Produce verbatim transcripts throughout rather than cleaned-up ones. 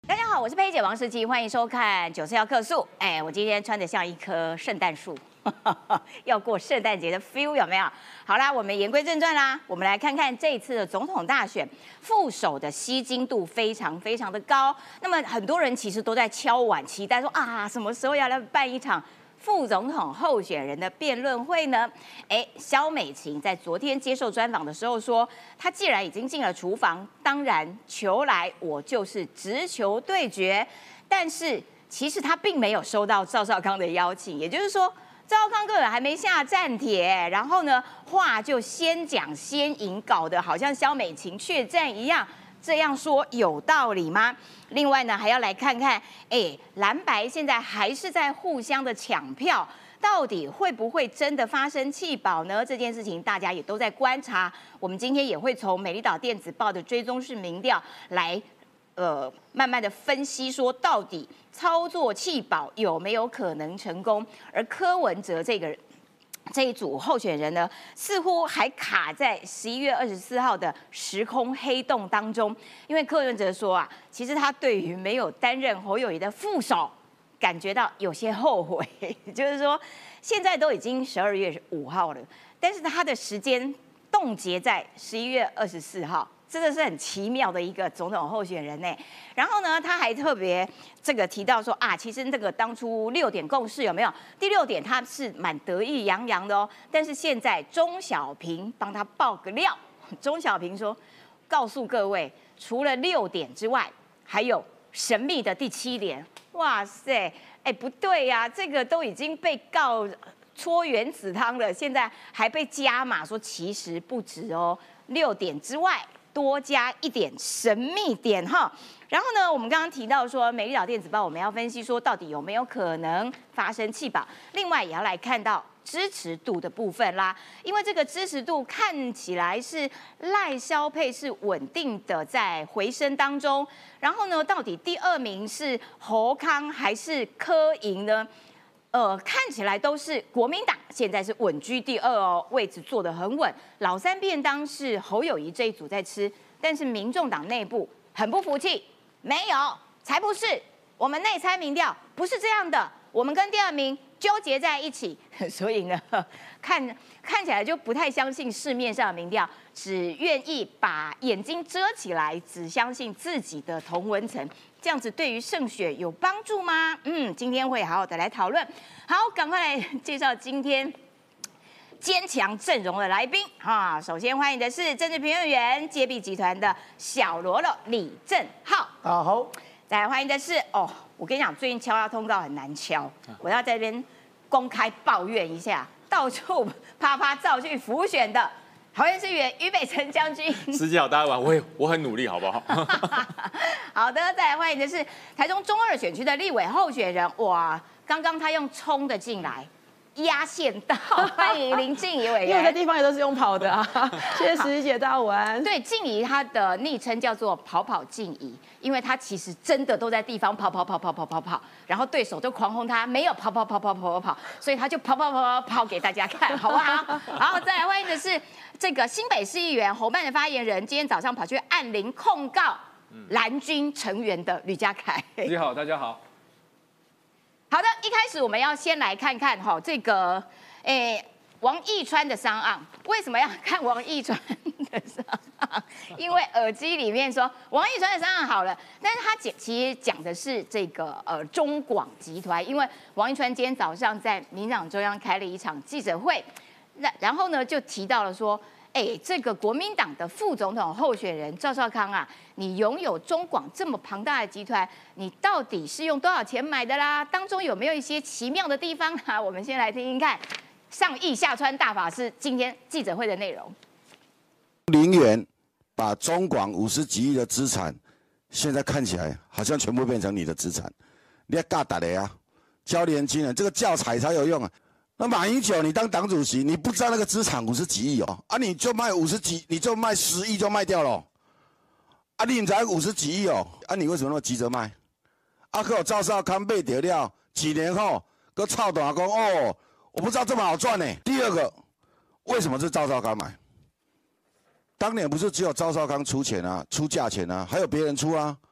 大家好，我是佩姐王世琪，欢迎收看九四要客诉。哎，我今天穿得像一棵圣诞树，要过圣诞节的 feel 有没有？好啦，我们言归正传啦，我们来看看这一次的总统大选，副手的吸睛度非常非常的高。那么很多人其实都在敲碗期待说啊，什么时候要来办一场副总统候选人的辩论会呢？哎，萧美琴在昨天接受专访的时候说，她既然已经进了厨房，当然球来我就是直球对决。但是其实她并没有收到赵少康的邀请，也就是说，赵少康根本还没下战帖，然后呢，话就先讲先赢，搞得好像萧美琴怯战一样。这样说有道理吗？另外呢，还要来看看，哎，蓝白现在还是在互相的抢票，到底会不会真的发生弃保呢？这件事情大家也都在观察。我们今天也会从美丽岛电子报的追踪式民调来，呃，慢慢的分析说，到底操作弃保有没有可能成功？而柯文哲这个人。这一组候选人呢，似乎还卡在十一月二十四号的时空黑洞当中。因为柯文哲说啊，其实他对于没有担任侯友宜的副手，感觉到有些后悔。就是说，现在都已经十二月五号了，但是他的时间冻结在十一月二十四号。真的是很奇妙的一个总统候选人呢。然后呢，他还特别这个提到说啊，其实这个当初六点共识有没有？第六点他是蛮得意洋洋的哦。但是现在钟小平帮他爆个料，钟小平说，告诉各位，除了六点之外，还有神秘的第七点。哇塞，哎不对呀、啊，这个都已经被告搓原子汤了，现在还被加码说其实不止哦，六点之外。多加一点神秘点哈，然后呢，我们刚刚提到说，美丽岛电子报我们要分析说，到底有没有可能发生弃保？另外也要来看到支持度的部分啦，因为这个支持度看起来是赖萧配是稳定的在回升当中，然后呢，到底第二名是侯康还是柯盈呢？呃，看起来都是国民党现在是稳居第二哦，位置坐得很稳。老三便当是侯友宜这一组在吃，但是民众党内部很不服气，没有，才不是，我们内参民调不是这样的，我们跟第二名纠结在一起，所以呢，看看起来就不太相信市面上的民调，只愿意把眼睛遮起来，只相信自己的同温层。这样子对于胜选有帮助吗？嗯，今天会好好的来讨论。好，赶快来介绍今天坚强阵容的来宾啊！首先欢迎的是政治评论员、揭弊集团的小罗罗李正浩。 啊好。 再来欢迎的是哦，我跟你讲，最近敲他通告很难敲，我要在这边公开抱怨一下，到处啪啪照去辅选的。桃园市议员于北辰将军， 司机好，大家晚，我也我很努力，好不好？ 好的，再来欢迎的是台中中二选区的立委候选人，哇，刚刚他用冲的进来，压线到，欢迎林静怡委员。 因为我在地方也都是用跑的啊，谢谢石姐，大家午安。 对，静怡她的昵称叫做跑跑静怡，因为她其实真的都在地方跑跑跑跑跑跑跑，然后对手就狂轰她，没有跑跑跑跑跑跑跑，所以她就跑跑跑跑跑给大家看，好不好？好，再来欢迎的是这个新北市议员侯办的发言人，今天早上跑去按铃控告蓝军成员的吕家凯。 大家好，大家好。 好的，一开始我们要先来看看哈这个，诶，王义川的商案，为什么要看王义川的商案？因为耳机里面说王义川的商案好了，但是他讲其实讲的是这个呃中广集团，因为王义川今天早上在民党中央开了一场记者会，然然后呢就提到了说。哎，这个国民党的副总统候选人赵少康啊，你拥有中广这么庞大的集团，你到底是用多少钱买的啦？当中有没有一些奇妙的地方啊？我们先来听听看上亿下川大法师今天记者会的内容。 零元把中广五十几亿的资产，现在看起来好像全部变成你的资产，你要尬打的呀！教年轻人，这个教材才有用啊！那马英九，你当党主席，你不知道那个资产五十几亿哦，啊，你就卖五十几，你就卖十亿就卖掉了，啊，你才五十几亿哦，啊，你为什么那么急着卖？啊，可有赵少康被跌掉，几年后，个操短工哦，我不知道这么好赚呢。第二个，为什么是赵少康买？当年不是只有赵少康出钱啊，出价钱啊，还有别人出啊。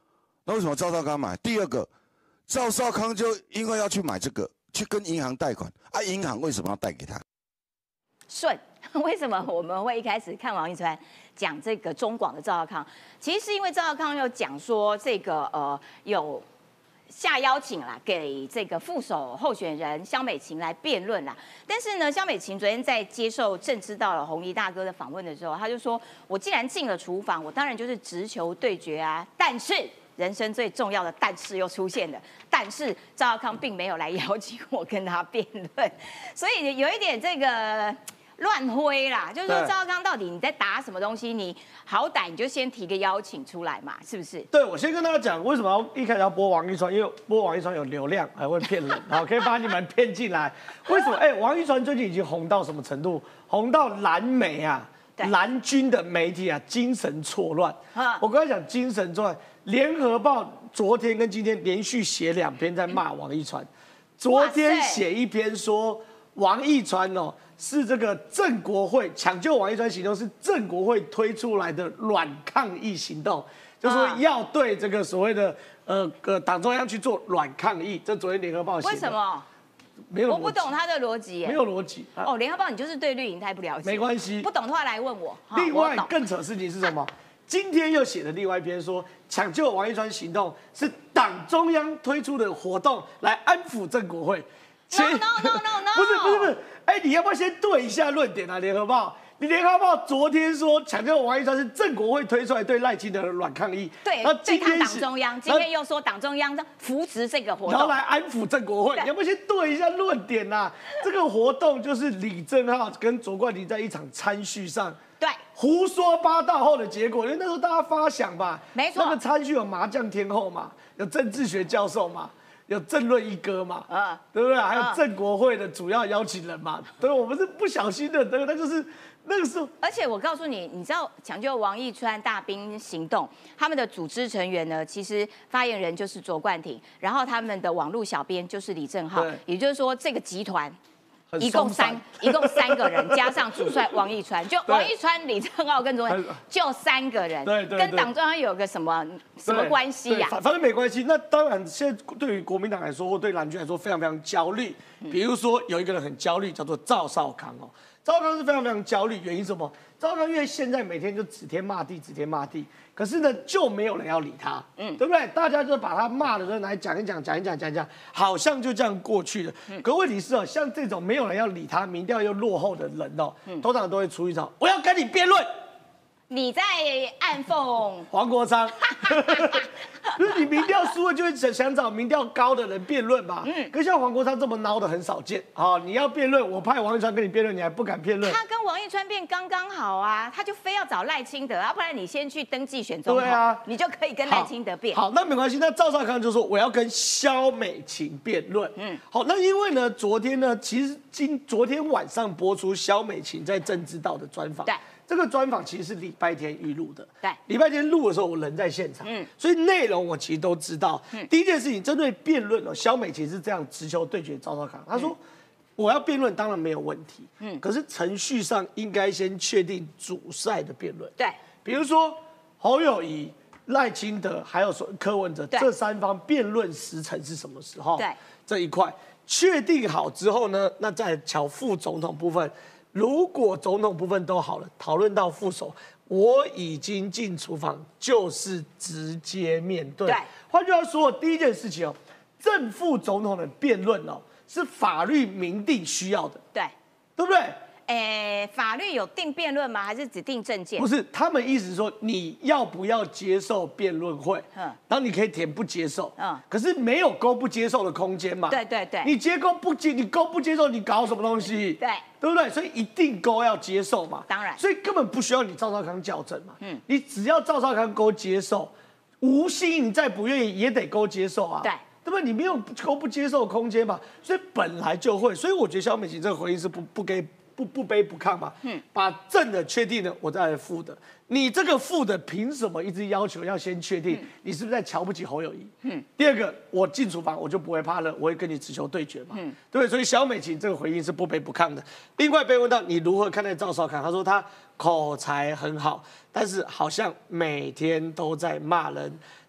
那为什么赵少康买？第二个，赵少康就因为要去买这个，去跟银行贷款啊，银行为什么要贷给他？ 顺，为什么我们会一开始看王一川讲这个中广的赵少康？其实是因为赵少康有讲说这个呃有。下邀请啦，给这个副手候选人萧美琴来辩论啦。但是呢，萧美琴昨天在接受正知道了红衣大哥的访问的时候，他就说：“我既然进了厨房，我当然就是直球对决啊。但是人生最重要的但是又出现了，但是赵少康并没有来邀请我跟他辩论，所以有一点这个。”乱挥啦，就是说赵少康到底你在打什么东西？你好歹你就先提个邀请出来嘛，是不是？ 对，我先跟大家讲为什么要一开始要播王一川，因为播王一川有流量，还会骗人，好，可以把你们骗进来。为什么？哎，王一川最近已经红到什么程度？红到蓝媒啊，蓝军的媒体啊，精神错乱。我跟他讲，精神错乱。联合报昨天跟今天连续写两篇在骂王一川，昨天写一篇说王一川哦。是这个郑国会抢救王一川行动，是郑国会推出来的软抗议行动，就是说要对这个所谓的呃呃党中央去做软抗议。这昨天联合报写的。 为什么？ 没有， 我不懂他的逻辑。 没有逻辑。 哦，联合报你就是对绿营太不了解。 没关系， 不懂的话来问我。 另外更扯的事情是什么？今天又写了另外一篇说，抢救王一川行动是党中央推出的活动，来安抚郑国会。 No no no no no！ 不是不是不是，哎，你要不要先对一下论点啊？联合报，你联合报昨天说抢救王一川是郑国会推出来对赖清德的软抗议， 对，然后今天党中央，今天又说党中央扶持这个活动， 然后来安抚郑国会，你要不要先对一下论点啊？这个活动就是李正皓跟卓冠廷在一场餐叙上。 对， 胡说八道后的结果，因为那时候大家发想吧， 没错， 那个餐叙有麻将天后嘛，有政治学教授嘛。有政论一哥嘛，啊，对不对？还有郑国会的主要邀请人嘛，对，我们是不小心的，对，那就是那个时候。 而且我告诉你，你知道抢救王一川大兵行动，他们的组织成员呢，其实发言人就是卓冠廷，然后他们的网络小编就是李正皓，也就是说这个集团。一共三，一共三个人，加上主帅王一川，就王一川、李正皓跟卓冠廷就三个人， 对对， 跟党中央有个什么什么关系呀？ 反正没关系。那当然，现在对于国民党来说，或对蓝军来说，非常非常焦虑。比如说有一个人很焦虑，叫做赵少康哦。赵少康是非常非常焦虑，原因是什么？赵少康因为现在每天就指天骂地，指天骂地，可是呢就没有人要理他，嗯，对不对？大家就把他骂的人来讲一讲，讲一讲，讲一讲，好像就这样过去了。嗯、可问题是哦，像这种没有人要理他，民调又落后的人哦，嗯、通常都会出一招，我要跟你辩论。 你在暗讽黄国昌，不是你民调输了就会想想找民调高的人辩论嘛？嗯，可像黄国昌这么孬的很少见。好，你要辩论，我派王一川跟你辩论，你还不敢辩论？ 他跟王一川辩刚刚好啊，他就非要找赖清德，要不然你先去登记选总统，对啊，你就可以跟赖清德辩。 好，那没关系。那赵少康就说我要跟萧美琴辩论。嗯，好，那因为呢，昨天呢，其实今昨天晚上播出萧美琴在政治道的专访。 对。 这个专访其实是礼拜天预录的， 对， 礼拜天录的时候我人在现场，嗯，所以内容我其实都知道。嗯，第一件事情针对辩论哦，萧美琴是这样直球对决赵少康，他说、嗯、我要辩论当然没有问题，嗯，可是程序上应该先确定主赛的辩论， 对， 比如说侯友宜、赖清德还有柯文哲这三方辩论时程是什么时候？ 对， 这一块确定好之后呢，那再瞧副总统部分。如果总统部分都好了，讨论到副手，我已经进厨房，就是直接面对。 对， 换句话说，第一件事情哦，正副总统的辩论哦，是法律明定需要的。 对， 对不对？ 诶，法律有定辩论吗？还是只定政见？ 不是，他们意思是说你要不要接受辩论会？嗯，然后你可以填不接受。嗯，可是没有勾不接受的空间嘛。 对对对， 你接勾不接，你勾不接受，你搞什么东西？ 对， 对不对？所以一定勾要接受嘛。 当然， 所以根本不需要你赵少康校正嘛。嗯，你只要赵少康勾接受，吴欣颖再不愿意也得勾接受啊。 对。 对不对？你没有勾不接受的空间嘛，所以本来就会。所以我觉得萧美琴这个回应是不不给。不不卑不亢嘛，嗯，把正的确定了，我再来负的。你这个负的凭什么一直要求要先确定？嗯、你是不是在瞧不起侯友宜？嗯。第二个，我进厨房我就不会怕热，我会跟你直球对决嘛，嗯，对不对？所以萧美琴这个回应是不卑不亢的。另外被问到你如何看待赵少康，他说他口才很好，但是好像每天都在骂人。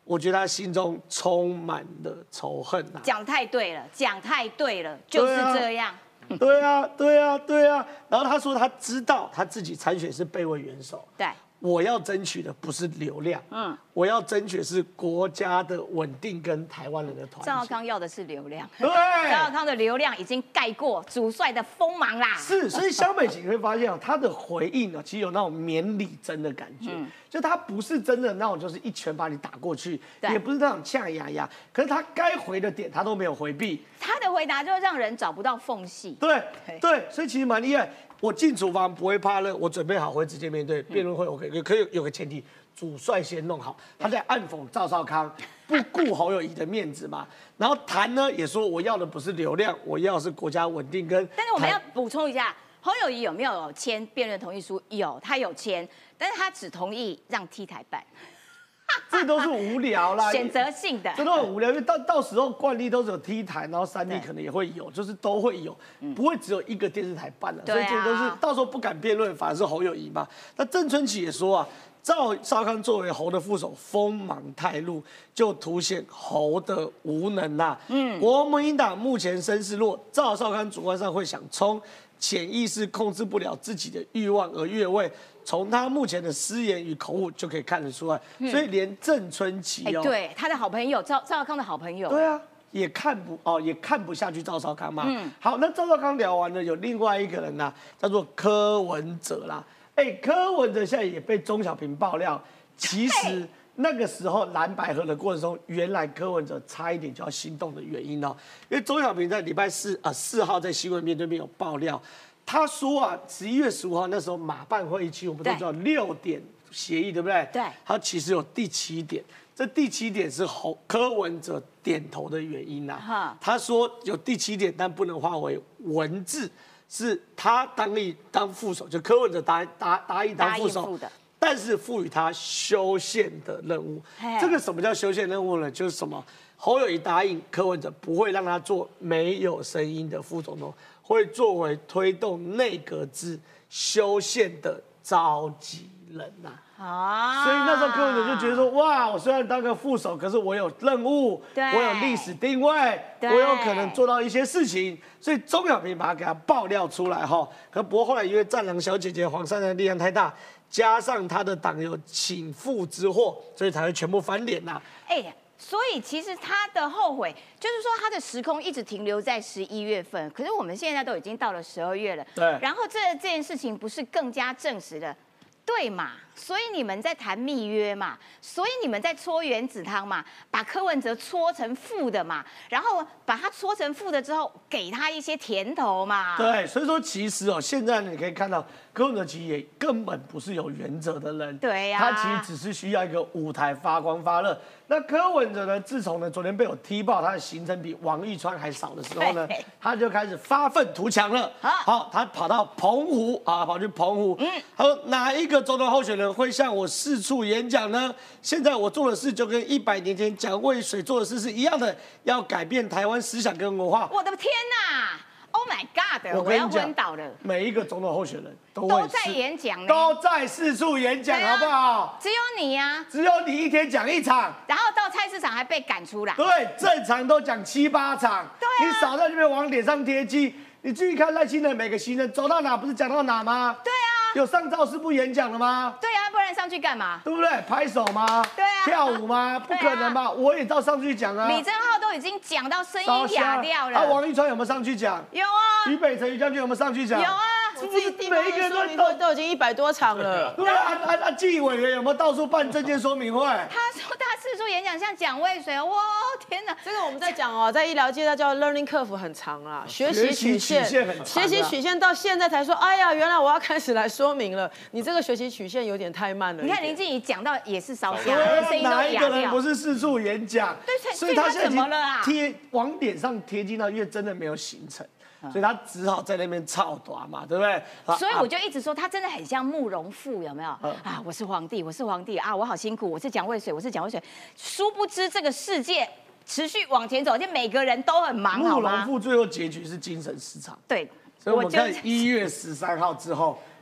我觉得他心中充满了仇恨呐、啊。 讲太对了，讲太对了，就是这样。 对啊，对啊，对啊。然后他说他知道他自己参选是备位元首。 对。 我要争取的不是流量，嗯，我要争取的是国家的稳定跟台湾人的团结。 赵少康要的是流量， 对， 赵少康的流量已经盖过主帅的锋芒啦。 是，所以萧美琴会发现哦，他的回应呢，其实有那种绵里针的感觉，嗯、就他不是真的那种，就是一拳把你打过去，也不是那种呛牙牙，可是他该回的点他都没有回避， 他的回答就让人找不到缝隙。 对对，所以其实蛮厉害。我进厨房不会怕热，我准备好会直接面对辩论会。我可以可以有个前提，主帅先弄好。他在暗讽赵少康不顾侯友宜的面子嘛，然后谈呢也说我要的不是流量，我要的是国家稳定跟。 但是我们要补充一下，侯友宜有没有签辩论同意书？有，他有签，但是他只同意让 T 台办。 这都是无聊啦， 选择性的， 这都很无聊，因为到到时候惯例都是有 T 台，然后三立可能也会有，就是都会有，不会只有一个电视台办的，所以这都是到时候不敢辩论，反而是侯友宜嘛。那郑春琪也说啊，赵少康作为侯的副手，锋芒太露，就凸显侯的无能呐、啊。嗯，国民党目前声势弱，赵少康主观上会想冲，潜意识控制不了自己的欲望而越位。从他目前的失言与口误就可以看得出来，嗯、所以连郑春琪哦， 欸、对他的好朋友赵赵少康的好朋友， 对啊，也看不哦，也看不下去赵少康嘛。嗯，好，那赵少康聊完了，有另外一个人呐、啊，叫做柯文哲啦。哎、欸，柯文哲现在也被钟小平爆料，其实那个时候蓝白合的过程中，原来柯文哲差一点就要心动的原因哦，因为钟小平在礼拜四啊四号在新闻面对面有爆料。他说啊，十一月十五号那时候马办会议期，我们都知道六点协议，对不对？ 对。 他其实有第七点，这第七点是侯柯文哲点头的原因呐、啊。他说有第七点，但不能化为文字，是他当立当副手，就柯文哲答答答应当副手，但是赋予他修宪的任务。这个什么叫修宪任务呢？就是什么？侯友宜答应柯文哲不会让他做没有声音的副总统。会作为推动内阁制修宪的召集人呐、啊，啊，所以那时候柯文哲就觉得说，哇，我虽然当个副手，可是我有任务，我有历史定位，我有可能做到一些事情，所以钟小平把他给他爆料出来哈。可不过后来因为战狼小姐姐黄珊珊的力量太大，加上他的党有请父之祸，所以才会全部翻脸呐、啊。 哎、欸。所以其实他的后悔，就是说他的时空一直停留在十一月份，可是我们现在都已经到了十二月了。 对。 然后这这件事情不是更加证实了，对嘛？所以你们在谈密约嘛，所以你们在搓原子汤嘛，把柯文哲搓成负的嘛，然后把他搓成负的之后，给他一些甜头嘛。 对，所以说其实哦，现在你可以看到柯文哲其实也根本不是有原则的人， 对呀、 啊，他其实只是需要一个舞台发光发热。那柯文哲呢，自从呢昨天被我踢爆他的行程比王一川还少的时候呢，他就开始发愤图强了。好，他跑到澎湖啊，跑去澎湖。嗯，他说哪一个总统候选人会向我四处演讲呢？现在我做的事就跟一百年前蒋渭水做的事是一样的，要改变台湾思想跟文化。 我的天哪！ Oh my God！ 我, 我要昏倒了。 每一个总统候选人都都在演讲， 都在四处演讲，好不好？ 只有你呀、啊， 只有你一天讲一场， 然后到菜市场还被赶出来。 对，正常都讲七八场。 对、啊， 你少在那边往脸上贴金。你注意看赖清德每个行程走到哪不是讲到哪吗？ 对啊。 有上造势部演讲了吗？ 对啊，不然上去干嘛？ 对不对？拍手吗？ 对啊。 跳舞吗？不可能吧？啊、我也照上去讲啊。 李正浩都已经讲到声音哑掉了。 啊，王一川有没有上去讲？ 有啊。 于北辰、于将军有没有上去讲？ 有啊。 是不是每一个人都都都已经一百多场了？ 对啊，啊啊！纪委员有没有到处办政见说明会？ 他说他四处演讲，像蒋渭水，哇，天哪！ 这个我们在讲哦，在医疗界它叫 learning curve 很长啦，学习曲线，学习曲线到现在才说，哎呀，原来我要开始来说明了。你这个学习曲线有点太慢了。 你看林静怡讲到也是烧香，声音都哪一个人不是四处演讲？ 对， 所以他现在怎么了啊？ 贴往脸上贴金到，因为真的没有行程。所以他只好在那边操短嘛，对不对？ 所以我就一直说他真的很像慕容复，有没有？啊，我是皇帝，我是皇帝啊，我好辛苦，我是蒋渭水，我是蒋渭水。殊不知这个世界持续往前走，而且每个人都很忙，好吗？ 慕容复最后结局是精神失常。 对， 所以我们看一月十三号之后，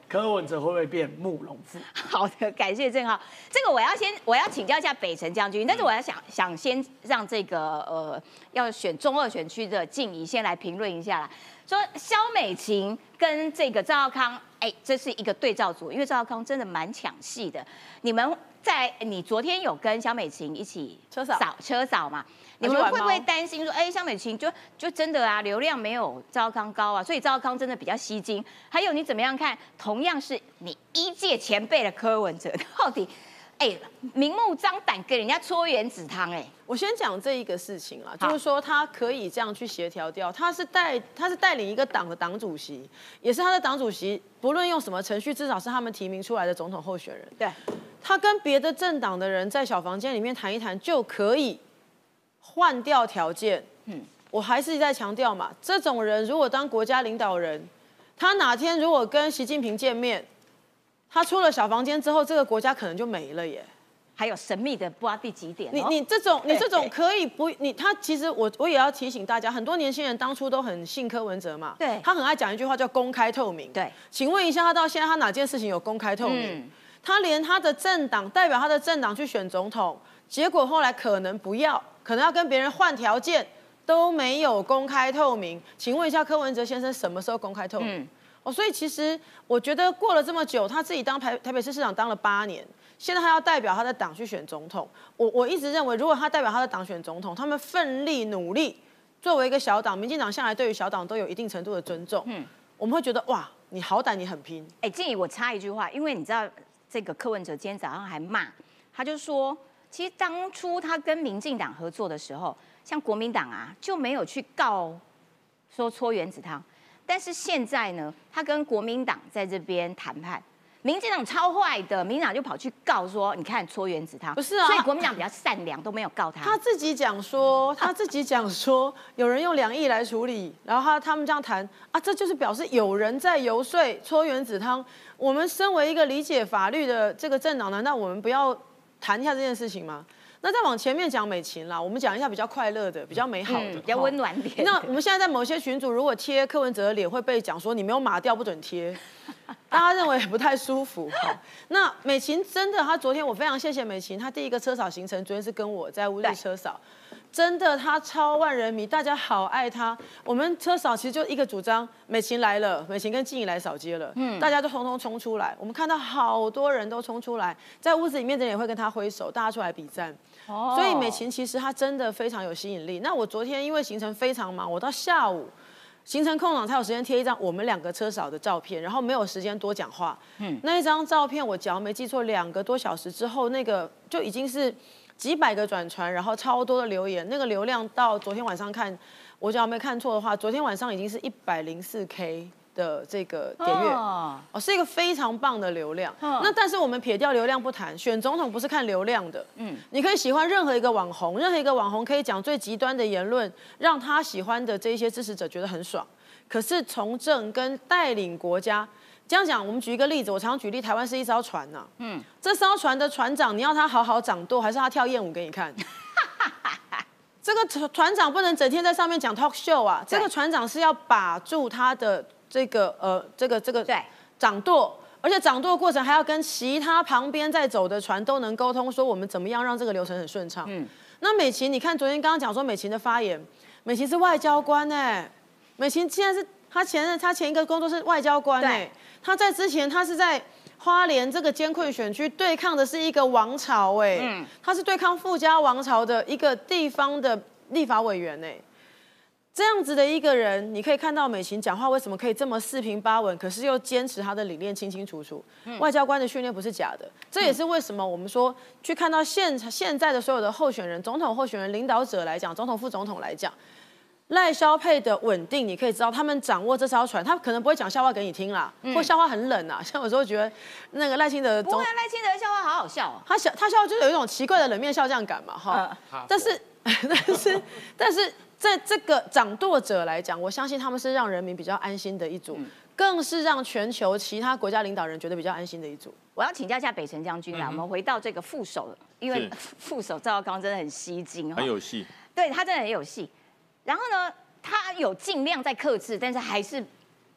柯文哲会不会变慕容复？ 好的，感谢正浩。这个我要先我要请教一下北辰将军，但是我要想想先让这个呃要选中二选区的静怡先来评论一下啦。说萧美琴跟这个赵少康，哎，这是一个对照组，因为赵少康真的蛮抢戏的。你们在你昨天有跟萧美琴一起车扫扫车扫嘛？你们会不会担心说，哎，萧美琴就就真的啊，流量没有赵少康高啊，所以赵少康真的比较吸睛？还有你怎么样看？同样是你一届前辈的柯文哲，到底哎明目张胆跟人家搓原子汤哎？ 我先讲这一个事情啊，就是说他可以这样去协调掉，他是带他是带领一个党的党主席，也是他的党主席，不论用什么程序，至少是他们提名出来的总统候选人。 对， 他跟别的政党的人在小房间里面谈一谈就可以换掉条件。嗯，我还是在强调嘛，这种人如果当国家领导人，他哪天如果跟习近平见面，他出了小房间之后，这个国家可能就没了耶。 还有神秘的不知道第几点、哦。 你你这种你这种可以不你他其实我我也要提醒大家，很多年轻人当初都很信柯文哲嘛， 对， 他很爱讲一句话叫公开透明。 对， 请问一下，他到现在他哪件事情有公开透明？嗯、他连他的政党代表他的政党去选总统，结果后来可能不要，可能要跟别人换条件，都没有公开透明。请问一下，柯文哲先生什么时候公开透明？嗯、哦，所以其实我觉得过了这么久，他自己当台台北市市长当了八年。现在他要代表他的党去选总统，我我一直认为，如果他代表他的党选总统，他们奋力努力，作为一个小党，民进党向来对于小党都有一定程度的尊重，嗯，我们会觉得哇，你好歹你很拼。 哎，静怡，我插一句话，因为你知道这个柯文哲今天早上还骂，他就说，其实当初他跟民进党合作的时候，像国民党啊就没有去告说搓原子汤，但是现在呢，他跟国民党在这边谈判。民进党超坏的，民进党就跑去告说，你看搓原子汤， 不是啊， 所以国民党比较善良，都没有告他。 他自己讲说，他自己讲说，有人用两亿来处理，然后他他们这样谈啊，这就是表示有人在游说搓原子汤。我们身为一个理解法律的这个政党，难道我们不要谈一下这件事情吗？那再往前面讲美琴啦，我们讲一下比较快乐的、比较美好的、嗯、 比较温暖点。 那我们现在在某些群组，如果贴柯文哲的脸，会被讲说你没有码掉不准贴，大家认为不太舒服。好，那美琴真的，她昨天我非常谢谢美琴，她第一个车扫行程，昨天是跟我在乌日车扫。真的，他超万人迷，大家好爱他。我们车扫其实就一个主张，美琴来了，美琴跟静怡来扫街了，嗯，大家就通通冲出来。我们看到好多人都冲出来，在屋子里面的人也会跟他挥手，大家出来比赞。哦，所以美琴其实她真的非常有吸引力。那我昨天因为行程非常忙，我到下午行程空档才有时间贴一张我们两个车扫的照片，然后没有时间多讲话。嗯，那一张照片我只要没记错，两个多小时之后，那个就已经是。几百个转传，然后超多的留言，那个流量到昨天晚上看，我只要没看错的话，昨天晚上已经是一百零四 K 的这个点阅，哦，哦是一个非常棒的流量。哦、那但是我们撇掉流量不谈，选总统不是看流量的，嗯，你可以喜欢任何一个网红，任何一个网红可以讲最极端的言论，让他喜欢的这些支持者觉得很爽。可是从政跟带领国家。这样讲，我们举一个例子，我常常举例，台湾是一艘船呐、啊，嗯，这艘船的船长，你要他好好掌舵，还是他跳艳舞给你看？这个船长不能整天在上面讲 talk show 啊，这个船长是要把住他的这个呃这个这个掌舵，而且掌舵过程还要跟其他旁边在走的船都能沟通，说我们怎么样让这个流程很顺畅。嗯，那美琴，你看昨天刚刚讲说美琴的发言，美琴是外交官哎、欸，美琴现在是她前她前一个工作是外交官哎、欸。他在之前，他是在花莲这个艰困选区对抗的是一个王朝，哎，嗯，他是对抗傅家王朝的一个地方的立法委员，哎，这样子的一个人，你可以看到美琴讲话为什么可以这么四平八稳，可是又坚持他的理念清清楚楚。嗯、外交官的训练不是假的，这也是为什么我们说去看到现现在的所有的候选人、总统候选人、领导者来讲，总统、副总统来讲。赖萧配的稳定，你可以知道他们掌握这艘船，他可能不会讲笑话给你听啦，嗯、或笑话很冷啊。像有时候觉得那个赖清德， 不会，赖清德的笑话好好笑哦。 他笑，他笑就是有一种奇怪的冷面笑匠感嘛，哈。嗯、但是，但是，但是在这个掌舵者来讲，我相信他们是让人民比较安心的一组，嗯、更是让全球其他国家领导人觉得比较安心的一组。 我要请教一下北辰将军啦，嗯、我们回到这个副手，因为副手赵少康真的很吸睛， 很有戏， 对他真的很有戏。然后呢，他有尽量在克制，但是还是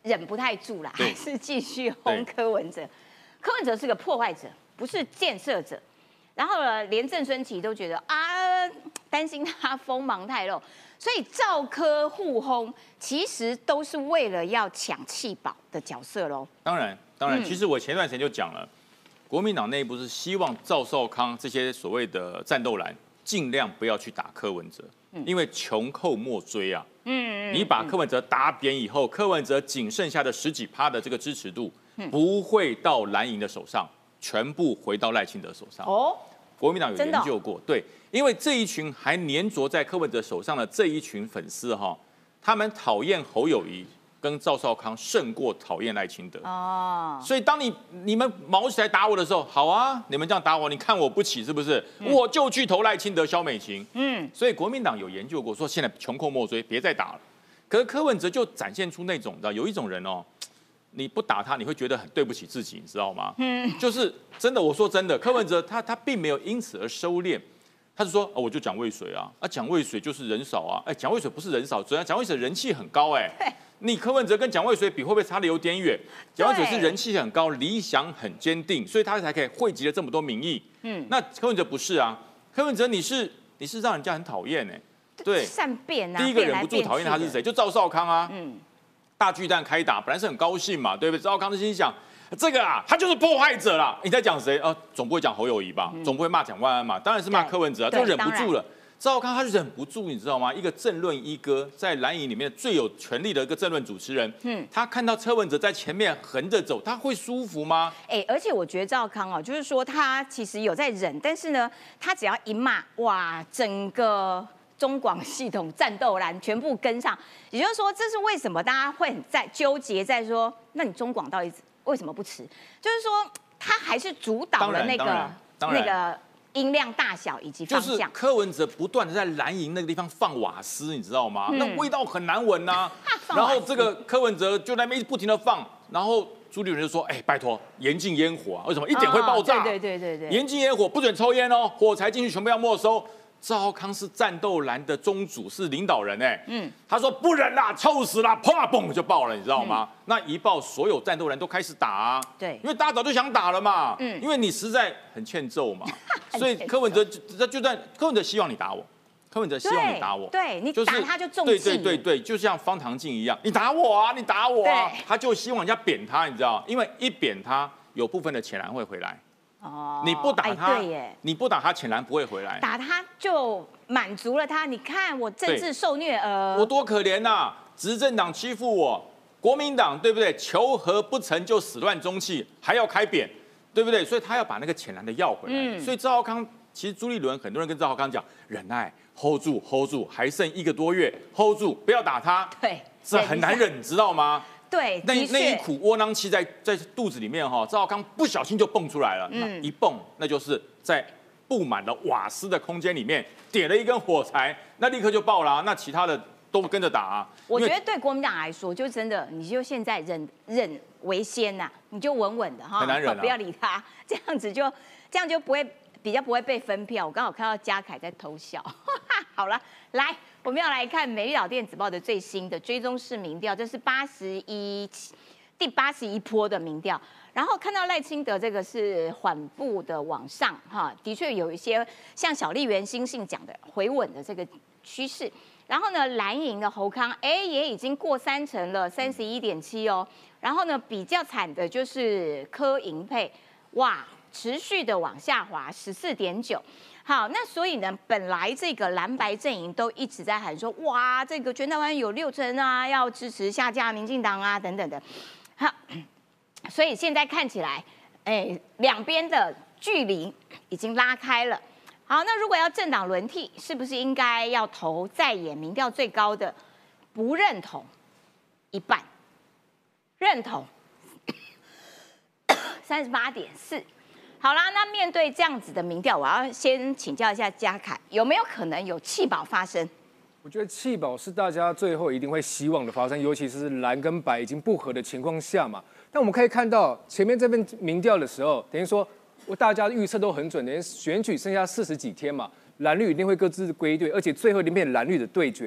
忍不太住啦，还是继续轰柯文哲。柯文哲是个破坏者，不是建设者。然后呢，连郑孙琪都觉得啊，担心他锋芒太露，所以赵柯互轰，其实都是为了要抢弃保的角色喽。 当然，当然， 嗯、 其实我前段时间就讲了，国民党内部是希望赵少康这些所谓的战斗蓝尽量不要去打柯文哲，嗯、因为穷寇莫追啊。嗯，你把柯文哲打扁以后，柯文哲仅剩下的十几趴的这个支持度，嗯、不会到蓝营的手上。全部回到赖清德手上哦，国民党有研究过，对，因为这一群还粘着在柯文哲手上的这一群粉丝哈，他们讨厌侯友宜跟赵少康胜过讨厌赖清德哦，所以当你你们毛起来打我的时候，好啊，你们这样打我，你看我不起是不是？嗯、我就去投赖清德、萧美琴，嗯，所以国民党有研究过，说现在穷寇莫追，别再打了。可是柯文哲就展现出那种的，有一种人哦。你不打他，你会觉得很对不起自己，你知道吗？嗯，就是真的，我说真的，柯文哲他他并没有因此而收敛，他是说，哦，我就蒋渭水啊，啊，蒋渭水就是人少啊，哎，蒋渭水不是人少，主要蒋渭水人气很高，哎，你柯文哲跟蒋渭水比，会不会差得有点远？蒋渭水是人气很高，理想很坚定，所以他才可以汇集了这么多民意。嗯，那柯文哲不是啊，柯文哲你是你是让人家很讨厌哎，对， 善变啊， 第一个忍不住讨厌他是谁？就赵少康啊，嗯。大巨蛋开打，本来是很高兴嘛，对不对？赵少康的心想，这个啊，他就是破坏者啦。你在讲谁？呃，总不会讲侯友宜吧？嗯、总不会骂蒋万安嘛？当然是骂柯文哲、啊，就忍不住了。赵少康他就忍不住，你知道吗？一个政论一哥，在蓝营里面最有权力的一个政论主持人，嗯，他看到柯文哲在前面横着走，他会舒服吗？ 哎、欸，而且我觉得赵康哦，就是说他其实有在忍，但是呢，他只要一骂，哇，整个。中广系统战斗蓝全部跟上，也就是说，这是为什么大家会很在纠结在说，那你中广到底为什么不吃？就是说，他还是主导了那个那个音量大小以及方向。 就是柯文哲不断的在蓝营那个地方放瓦斯，你知道吗？嗯、那味道很难闻呐、啊。然后这个柯文哲就在那边不停的放，然后朱立伦就说：“哎、欸，拜托，严禁烟火啊！为什么一点会爆炸？ 哦、对对对对对， 严禁烟火，不准抽烟哦，火柴进去全部要没收。”赵康是战斗蓝的宗主，是领导人哎，嗯，他说不忍啦，臭死啦，啪嘣就爆了，你知道吗？嗯、那一爆，所有战斗蓝都开始打啊， 对， 因为大家早就想打了嘛，嗯，因为你实在很欠揍嘛，所以柯文哲就就在柯文哲希望你打我，柯文哲希望你打我， 对，你打他就中计， 对对对对，就像方唐镜一样，你打我啊，你打我啊，他就希望人家扁他，你知道，因为一扁他，有部分的浅蓝会回来。哦，你不打他， 哎、 你不打他，浅蓝不会回来。 打他就满足了他。你看我政治受虐儿， 我多可怜呐、啊！执政党欺负我，国民党对不对？求和不成就始乱终弃，还要开扁，对不对？所以他要把那个浅蓝的要回来。嗯、所以赵少康，其实朱立伦很多人跟赵少康讲，忍耐 ，hold 住 ，hold 住，还剩一个多月 ，hold 住，不要打他。 对， 这很难忍，你知道吗？ 对， 那那一苦窝囊气在在肚子里面哈，赵少康不小心就蹦出来了，嗯、一蹦那就是在布满了瓦斯的空间里面点了一根火柴，那立刻就爆了、啊，那其他的都跟着打啊。 我觉得对国民党来说，就真的你就现在忍忍为先呐、啊，你就稳稳的哈， 很难忍、啊， 不要理他，这样子就这样就不会比较不会被分票。我刚好看到嘉凯在偷笑，好了，来。我们要来看《美丽岛电子报》的最新的追踪式民调，这是八十一第八十一波的民调。然后看到赖清德这个是缓步的往上，哈，的确有一些像小笠原欣幸讲的回稳的这个趋势。然后呢，蓝营的侯康，哎，也已经过三成了，三十一点七哦。然后呢，比较惨的就是柯银配，哇，持续的往下滑，十四点九。好，那所以呢，本来这个蓝白阵营都一直在喊说，哇，这个全台湾有六成啊，要支持下架民进党啊，等等的。好，所以现在看起来，哎，两边的距离已经拉开了。好，那如果要政党轮替，是不是应该要投在野民调最高的不认同一半，认同三十八点四？好啦，那面对这样子的民调，我要先请教一下嘉凯，有没有可能有弃保发生？ 我觉得弃保是大家最后一定会希望的发生，尤其是蓝跟白已经不合的情况下嘛。但我们可以看到前面这份民调的时候，等于说大家预测都很准，等于选举剩下四十几天嘛，蓝绿一定会各自归队，而且最后一定变蓝绿的对决。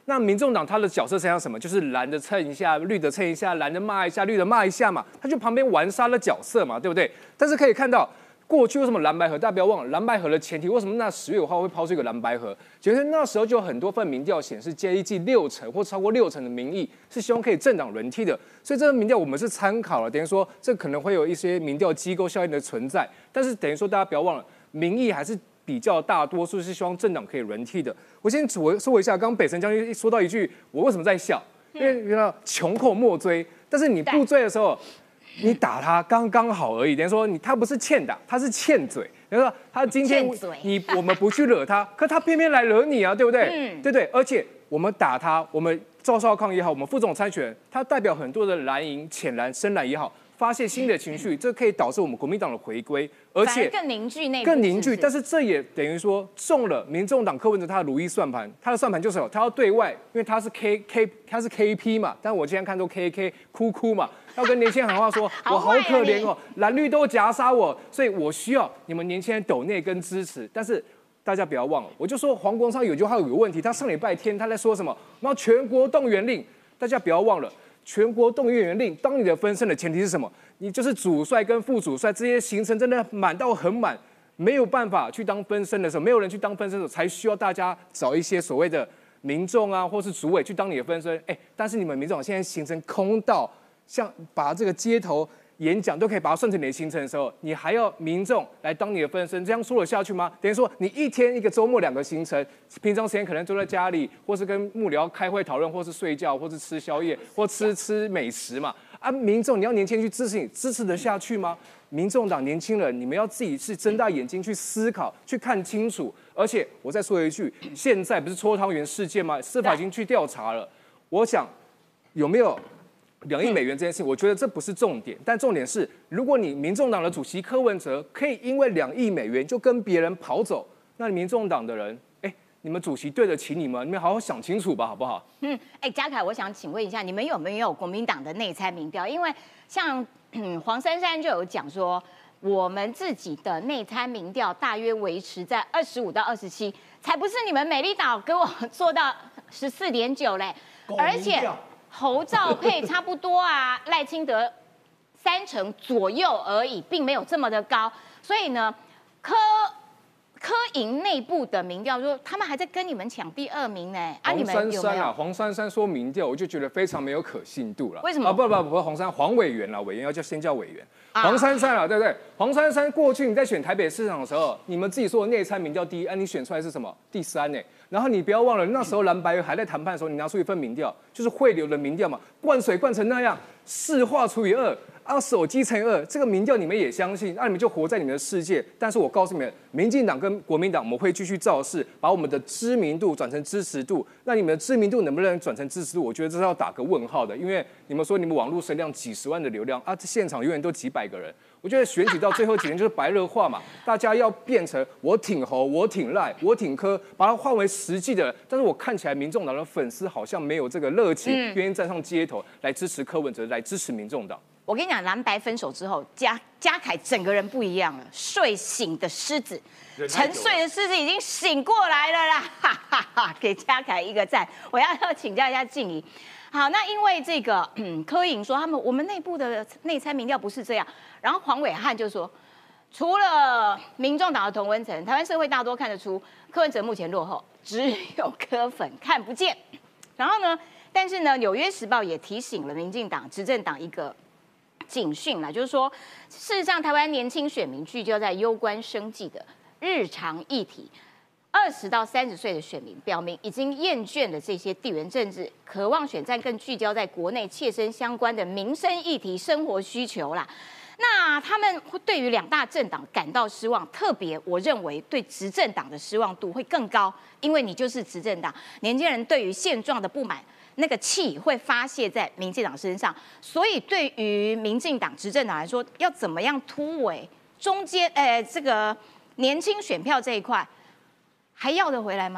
那民众党他的角色是像什么？就是蓝的蹭一下，绿的蹭一下，蓝的骂一下，绿的骂一下嘛，他就旁边玩杀的角色嘛，对不对？但是可以看到。过去为什么蓝白合？大家不要忘了，蓝白合的前提为什么那十月五号会抛出一个蓝白合？其实那时候就有很多份民调显示，接近六成或超过六成的民意是希望可以政党轮替的。所以这个民调我们是参考了，等于说这可能会有一些民调机构效应的存在。但是等于说大家不要忘了，民意还是比较大多数是希望政党可以轮替的。我先我说一下，刚刚北辰将军说到一句，我为什么在笑？因为你知道穷寇莫追，但是你不追的时候。你打他刚刚好而已，等于说你他不是欠打，他是欠嘴。等于说他今天你我们不去惹他，可他偏偏来惹你啊，对不对？嗯，对对。而且我们打他，我们赵少康也好，我们副总参选人，他代表很多的蓝营、浅蓝、深蓝也好，发泄新的情绪，这可以导致我们国民党的回归，而且更凝聚内更凝聚。但是这也等于说中了民众党柯文哲他的如意算盘，他的算盘就是他要对外，因为他是 K K 他是 K P 嘛，但我今天看都 K K 哭哭嘛。要跟年轻人喊话说，我好可怜哦，蓝绿都夹杀我，所以我需要你们年轻人抖内跟支持。但是大家不要忘了，我就说黄国昌有句话有个问题，他上礼拜天他在说什么？然后全国动员令，大家不要忘了，全国动员令，当你的分身的前提是什么？你就是主帅跟副主帅这些行程真的满到很满，没有办法去当分身的时候，没有人去当分身的时候，才需要大家找一些所谓的民众啊，或是主委去当你的分身。哎，但是你们民众现在行程空到。像把这个街头演讲都可以把它算成你的行程的时候，你还要民众来当你的分身，这样说得下去吗？等于说你一天一个周末两个行程，平常时间可能都在家里，或是跟幕僚开会讨论，或是睡觉，或是吃宵夜，或吃吃美食嘛。啊，民众你要年轻人去支持你，支持得下去吗？民众党年轻人，你们要自己是睁大眼睛去思考，去看清楚。而且我再说一句，现在不是搓汤圆事件吗？司法已经去调查了，我想有没有？两亿美元这件事情，我觉得这不是重点，但重点是，如果你民众党的主席柯文哲可以因为两亿美元就跟别人跑走，那民众党的人，哎，你们主席对得起你们？你们好好想清楚吧，好不好？ 嗯，哎，嘉凯，我想请问一下，你们有没有国民党的内参民调？因为像嗯黄珊珊就有讲说，我们自己的内参民调大约维持在二十五到二十七，才不是你们美丽岛给我做到十四点九嘞，而且。侯兆佩差不多啊，赖清德三成左右而已，并没有这么的高。所以呢，柯柯营内部的民调说，他们还在跟你们抢第二名呢。啊， 黄珊珊啊，黄珊珊说民调，我就觉得非常没有可信度了。 为什么？ 啊，不不不，黄珊黄委员啦，委员要叫先叫委员。黄珊珊啊，对不对？黄珊珊过去你在选台北市长的时候，你们自己说的内参民调第一，啊，你选出来是什么？第三呢？然后你不要忘了，那时候蓝白还在谈判的时候，你拿出一份民调，就是汇流的民调嘛，灌水灌成那样，市话除以二，啊，手机乘以二，这个民调你们也相信，那你们就活在你们的世界。但是我告诉你们，民进党跟国民党，我们会继续造势，把我们的知名度转成支持度。那你们的知名度能不能转成支持度？我觉得这是要打个问号的，因为你们说你们网络声量几十万的流量啊，这现场永远都几百个人。我觉得选举到最后几年就是白热化嘛，大家要变成我挺侯，我挺赖，我挺柯，把它换为实际的。但是我看起来民众党的粉丝好像没有这个热情，嗯、愿意站上街头来支持柯文哲，来支持民众党。 我跟你讲，蓝白分手之后，嘉嘉凯整个人不一样了，睡醒的狮子，沉睡的狮子已经醒过来了啦！哈哈哈，给嘉凯一个赞。我要要请教一下静怡。好，那因为这个，嗯，柯颖说他们我们内部的内参民调不是这样，然后黄伟汉就说，除了民众党的同温层，台湾社会大多看得出柯文哲目前落后，只有柯粉看不见。然后呢，但是呢，《纽约时报》也提醒了民进党执政党一个警讯啦，就是说，事实上台湾年轻选民聚焦在攸关生计的日常议题。二十到三十岁的选民表明，已经厌倦了这些地缘政治，渴望选战更聚焦在国内切身相关的民生议题、生活需求啦。那他们对于两大政党感到失望，特别我认为对执政党的失望度会更高，因为你就是执政党，年轻人对于现状的不满，那个气会发泄在民进党身上。所以对于民进党执政党来说，要怎么样突围中间，呃，这个年轻选票这一块。还要得回来吗？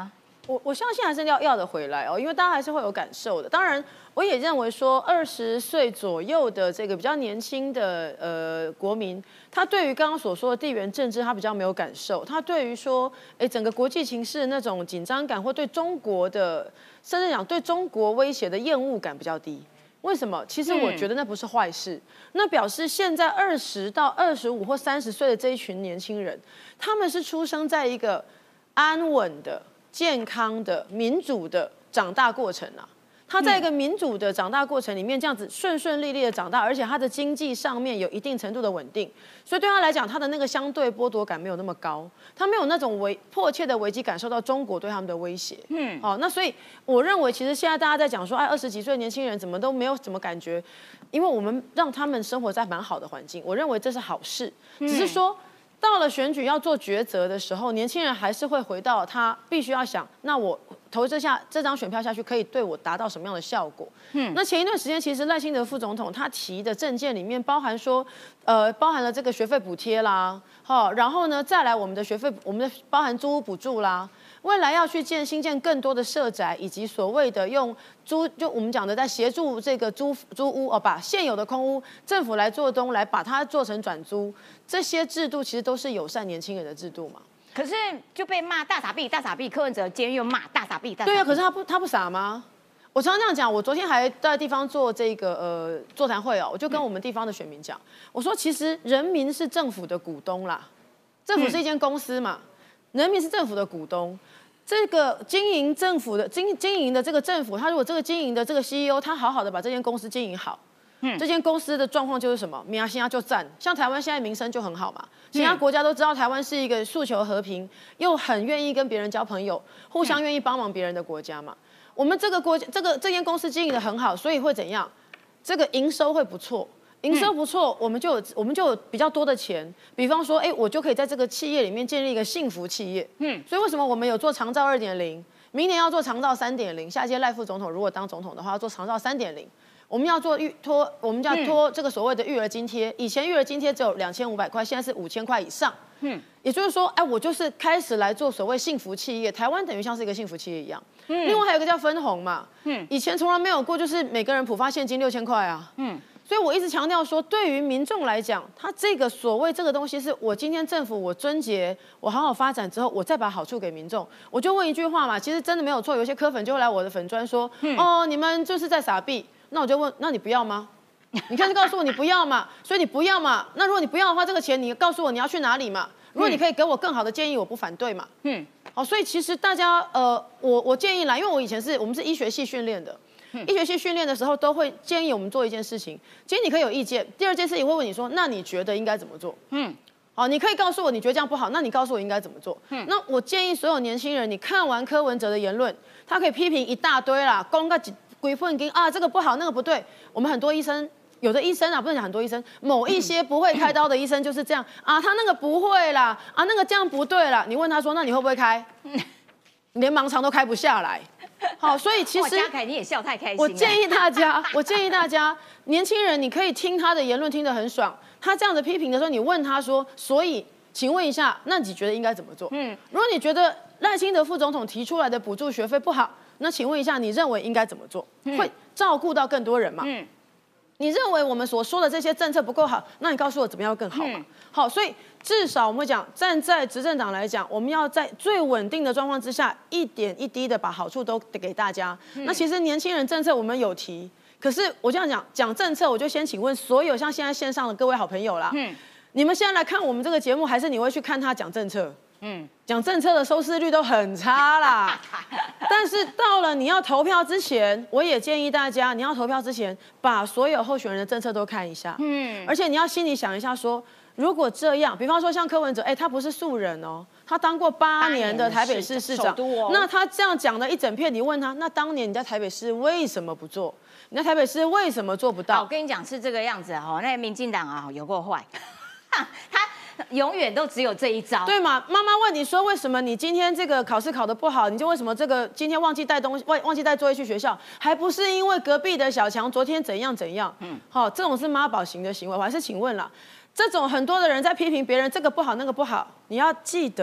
我我相信还是要要得回来哦，因为大家还是会有感受的。当然，我也认为说二十岁左右的这个比较年轻的呃国民，他对于刚刚所说的地缘政治，他比较没有感受。他对于说，哎，整个国际情势的那种紧张感，或对中国的，甚至讲对中国威胁的厌恶感比较低。为什么？其实我觉得那不是坏事，嗯、那表示现在二十到二十五或三十岁的这一群年轻人，他们是出生在一个安稳的、健康的、民主的长大过程啊。他在一个民主的长大过程里面，这样子顺顺利利的长大，而且他的经济上面有一定程度的稳定，所以对他来讲，他的那个相对剥夺感没有那么高，他没有那种危迫切的危机感受到中国对他们的威胁。嗯，好，那所以我认为，其实现在大家在讲说，哎，二十几岁的年轻人怎么都没有什么感觉，因为我们让他们生活在蛮好的环境，我认为这是好事，只是说。到了选举要做抉择的时候，年轻人还是会回到他必须要想，那我投这下这张选票下去，可以对我达到什么样的效果？嗯，那前一段时间其实赖清德副总统他提的政见里面包含说，呃，包含了这个学费补贴啦，好，然后呢再来我们的学费，我们的包含租屋补助啦。未来要去建新建更多的社宅，以及所谓的用租，就我们讲的在协助这个租租屋哦，把现有的空屋政府来做东，来把它做成转租，这些制度其实都是友善年轻人的制度嘛。 可是就被骂大傻逼，大傻逼，柯文哲今天又骂大傻逼，大傻逼。 对啊，可是他不他不傻吗？我常常这样讲，我昨天还在地方做这个呃座谈会哦，我就跟我们地方的选民讲，我说其实人民是政府的股东啦，政府是一间公司嘛。人民是政府的股东，这个经营政府的经经营的这个政府，他如果这个经营的这个 C E O， 他好好的把这间公司经营好，嗯，这间公司的状况就是什么？米亚新加就赞，像台湾现在名声就很好嘛，其他国家都知道台湾是一个诉求和平，又很愿意跟别人交朋友，互相愿意帮忙别人的国家嘛。我们这个国家这个这间公司经营的很好，所以会怎样？这个营收会不错。营收不错，我们就有我们就有比较多的钱，比方说，哎，我就可以在这个企业里面建立一个幸福企业。嗯，所以为什么我们有做长照二点零，明年要做长照三点零，下届赖副总统如果当总统的话，要做长照三点零，我们要做育托，我们要托这个所谓的育儿津贴，以前育儿津贴只有两千五百块，现在是五千块以上。嗯，也就是说，哎，我就是开始来做所谓幸福企业，台湾等于像是一个幸福企业一样。嗯，另外还有一个叫分红嘛。嗯，以前从来没有过，就是每个人普发现金六千块啊。嗯。所以我一直强调说，对于民众来讲，他这个所谓这个东西，是我今天政府我遵节，我好好发展之后，我再把好处给民众。我就问一句话嘛，其实真的没有错。有些柯粉就会来我的粉专说，嗯、哦，你们就是在撒币。那我就问，那你不要吗？你看，告诉我你不要嘛，所以你不要嘛。那如果你不要的话，这个钱你告诉我你要去哪里嘛？如果你可以给我更好的建议，我不反对嘛。嗯，好，所以其实大家，呃，我我建议啦，因为我以前是我们是医学系训练的。医学系训练的时候，都会建议我们做一件事情。其实你可以有意见，第二件事情会问你说，那你觉得应该怎么做？嗯，好，你可以告诉我你觉得这样不好，那你告诉我应该怎么做？嗯，那我建议所有年轻人，你看完柯文哲的言论，他可以批评一大堆啦，公个几鬼混跟啊，这个不好，那个不对。我们很多医生，有的医生啊，不能讲很多医生，某一些不会开刀的医生就是这样啊，他那个不会啦，啊，那个这样不对啦。你问他说，那你会不会开？连盲肠都开不下来。好，所以其实嘉凯你也笑太开心了。 我建议大家，我建议大家，年轻人你可以听他的言论听得很爽，他这样子批评的时候，你问他说，所以请问一下，那你觉得应该怎么做？嗯，如果你觉得赖清德副总统提出来的补助学费不好，那请问一下，你认为应该怎么做？嗯、会照顾到更多人嘛？嗯。你认为我们所说的这些政策不够好，那你告诉我怎么样更好嘛？嗯、好，所以至少我们会讲，站在执政党来讲，我们要在最稳定的状况之下，一点一滴的把好处都给大家。嗯、那其实年轻人政策我们有提，可是我这样讲讲政策，我就先请问所有像现在线上的各位好朋友啦，嗯、你们现在来看我们这个节目，还是你会去看他讲政策？嗯，讲政策的收视率都很差啦。但是到了你要投票之前，我也建议大家，你要投票之前，把所有候选人的政策都看一下。嗯，而且你要心里想一下说，如果这样，比方说像柯文哲，哎，他不是素人哦，他当过八年的台北市市长，哦、那他这样讲的一整片，你问他，那当年你在台北市为什么不做？你在台北市为什么做不到？ 我跟你讲是这个样子哈，那民进党啊有够坏，他。永远都只有这一招， 对嘛？妈妈问你说，为什么你今天这个考试考得不好？你就为什么这个今天忘记带东西，忘忘记带作业去学校？还不是因为隔壁的小强昨天怎样怎样？嗯，好，这种是妈宝型的行为。我还是请问啦，这种很多的人在批评别人这个不好那个不好，你要记得，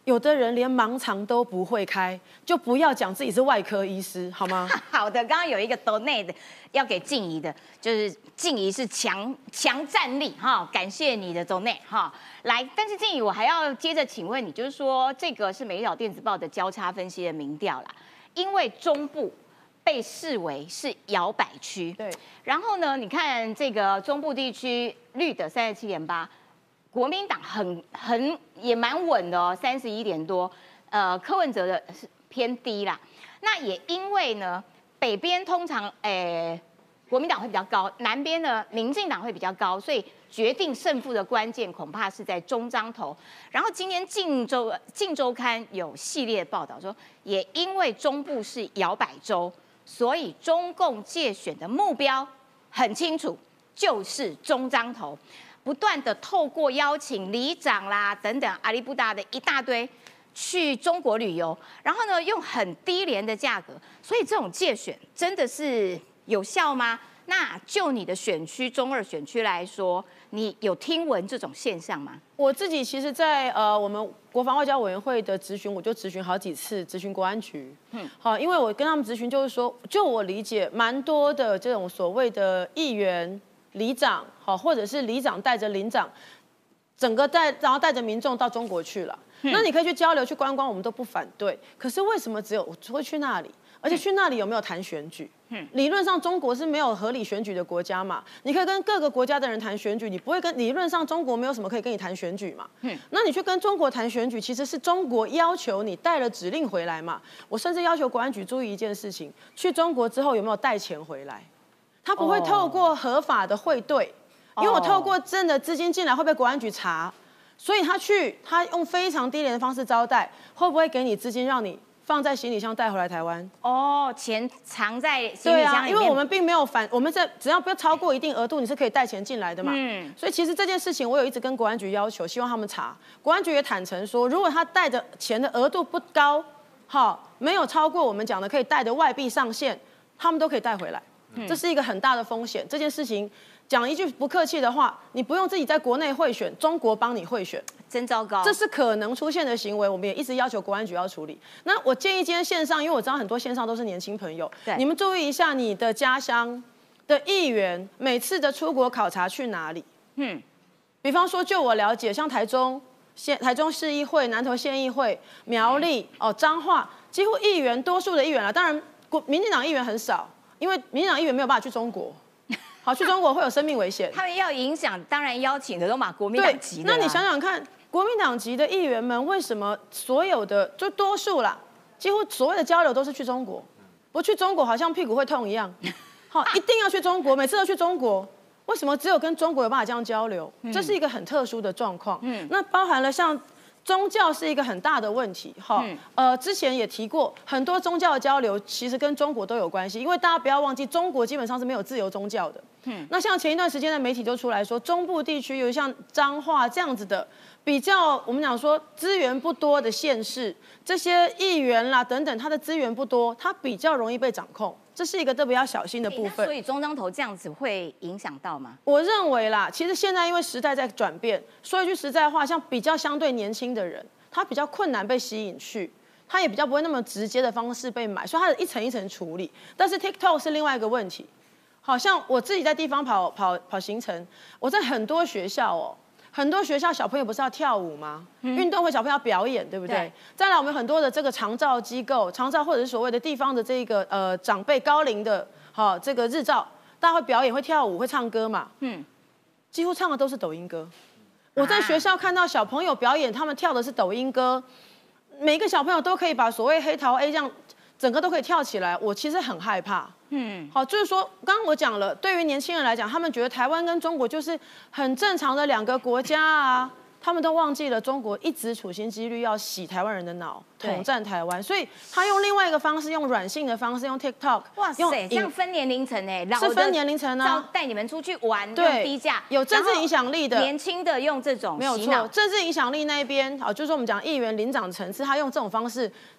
有的人连盲肠都不会开，就不要讲自己是外科医师，好吗？ 好的，刚刚有一个 donate 要给静怡的，就是静怡是强强战力哈，感谢你的 donate 哈。来，但是静怡，我还要接着请问你，就是说这个是《美丽岛电子报》的交叉分析的民调啦，因为中部被视为是摇摆区， 对。 然后呢，你看这个中部地区绿的三十七点八。国民党很很也蛮稳的哦，三十一点多，呃，柯文哲的是偏低啦。那也因为呢，北边通常诶国民党会比较高，南边呢民进党会比较高，所以决定胜负的关键恐怕是在中彰投。然后今天《镜周镜周刊》有系列报道说，也因为中部是摇摆州，所以中共介选的目标很清楚，就是中彰投。不断的透过邀请里长啦等等阿里不达的一大堆去中国旅游，然后呢用很低廉的价格，所以这种介选真的是有效吗？那就你的选区中二选区来说，你有听闻这种现象吗？ 我自己其实在，在呃我们国防外交委员会的质询，我就质询好几次，质询国安局。嗯，好，因为我跟他们质询就是说，就我理解，蛮多的这种所谓的议员。里长好，或者是里长带着领长，整个带然后带着民众到中国去了。嗯、那你可以去交流、去观光，我们都不反对。可是为什么只有会去那里？而且去那里有没有谈选举？嗯、理论上中国是没有合理选举的国家嘛？你可以跟各个国家的人谈选举，你不会跟理论上中国没有什么可以跟你谈选举嘛？嗯、那你去跟中国谈选举，其实是中国要求你带了指令回来嘛？我甚至要求国安局注意一件事情：去中国之后有没有带钱回来？他不会透过合法的汇兑，因为我透过真的资金进来会被国安局查，所以他去他用非常低廉的方式招待，会不会给你资金让你放在行李箱带回来台湾？ 哦，钱藏在行李箱里面。 对啊，因为我们并没有反，我们在只要不要超过一定额度，你是可以带钱进来的嘛。嗯。所以其实这件事情我有一直跟国安局要求，希望他们查。国安局也坦诚说，如果他带的钱的额度不高，好，没有超过我们讲的可以带的外币上限，他们都可以带回来。这是一个很大的风险。这件事情讲一句不客气的话，你不用自己在国内贿选，中国帮你贿选， 真糟糕。 这是可能出现的行为，我们也一直要求国安局要处理。那我建议今天线上，因为我知道很多线上都是年轻朋友，你们注意一下你的家乡的议员每次的出国考察去哪里？嗯，比方说，就我了解，像台中县、台中市议会、南投县议会、苗栗、哦彰化，几乎议员多数的议员啊，当然国民进党议员很少。因为民进党议员没有办法去中国，好去中国会有生命危险。 他们要影响，当然邀请的都把国民党籍的。 那你想想看，国民党籍的议员们为什么所有的就多数啦，几乎所谓的交流都是去中国？不去中国好像屁股会痛一样。好，一定要去中国，每次都去中国。为什么只有跟中国有办法这样交流？这是一个很特殊的状况。嗯，那包含了像。宗教是一个很大的问题，哈，嗯、呃，之前也提过，很多宗教的交流其实跟中国都有关系，因为大家不要忘记，中国基本上是没有自由宗教的。嗯，那像前一段时间的媒体就出来说，中部地区有像彰化这样子的比较，我们讲说资源不多的县市，这些议员啦等等，他的资源不多，他比较容易被掌控。这是一个特别要小心的部分。 所以中彰投这样子会影响到吗？ 我认为啦，其实现在因为时代在转变，说一句实在话，像比较相对年轻的人，他比较困难被吸引去，他也比较不会那么直接的方式被买，所以他的一层一层处理。但是 TikTok 是另外一个问题，好像我自己在地方跑跑跑行程，我在很多学校哦。很多学校小朋友不是要跳舞吗？嗯、运动会小朋友要表演，对不对？对。再来，我们很多的这个长照机构、长照或者是所谓的地方的这个呃长辈高龄的，好、哦、这个日照，大家会表演、会跳舞、会唱歌嘛？嗯，几乎唱的都是抖音歌。我在学校看到小朋友表演，他们跳的是抖音歌，每个小朋友都可以把所谓黑桃 A 这样整个都可以跳起来，我其实很害怕。嗯，好，就是说，刚刚我讲了，对于年轻人来讲，他们觉得台湾跟中国就是很正常的两个国家啊，他们都忘记了中国一直处心积虑要洗台湾人的脑，统战台湾，所以他用另外一个方式，用软性的方式，用 TikTok， 哇塞，这样分年龄层哎， 是分年龄层啊， 带你们出去玩，用低价， 有政治影响力的， 年轻的用这种没有错，政治影响力那一边，啊，就是说我们讲议员领长层次，他用这种方式。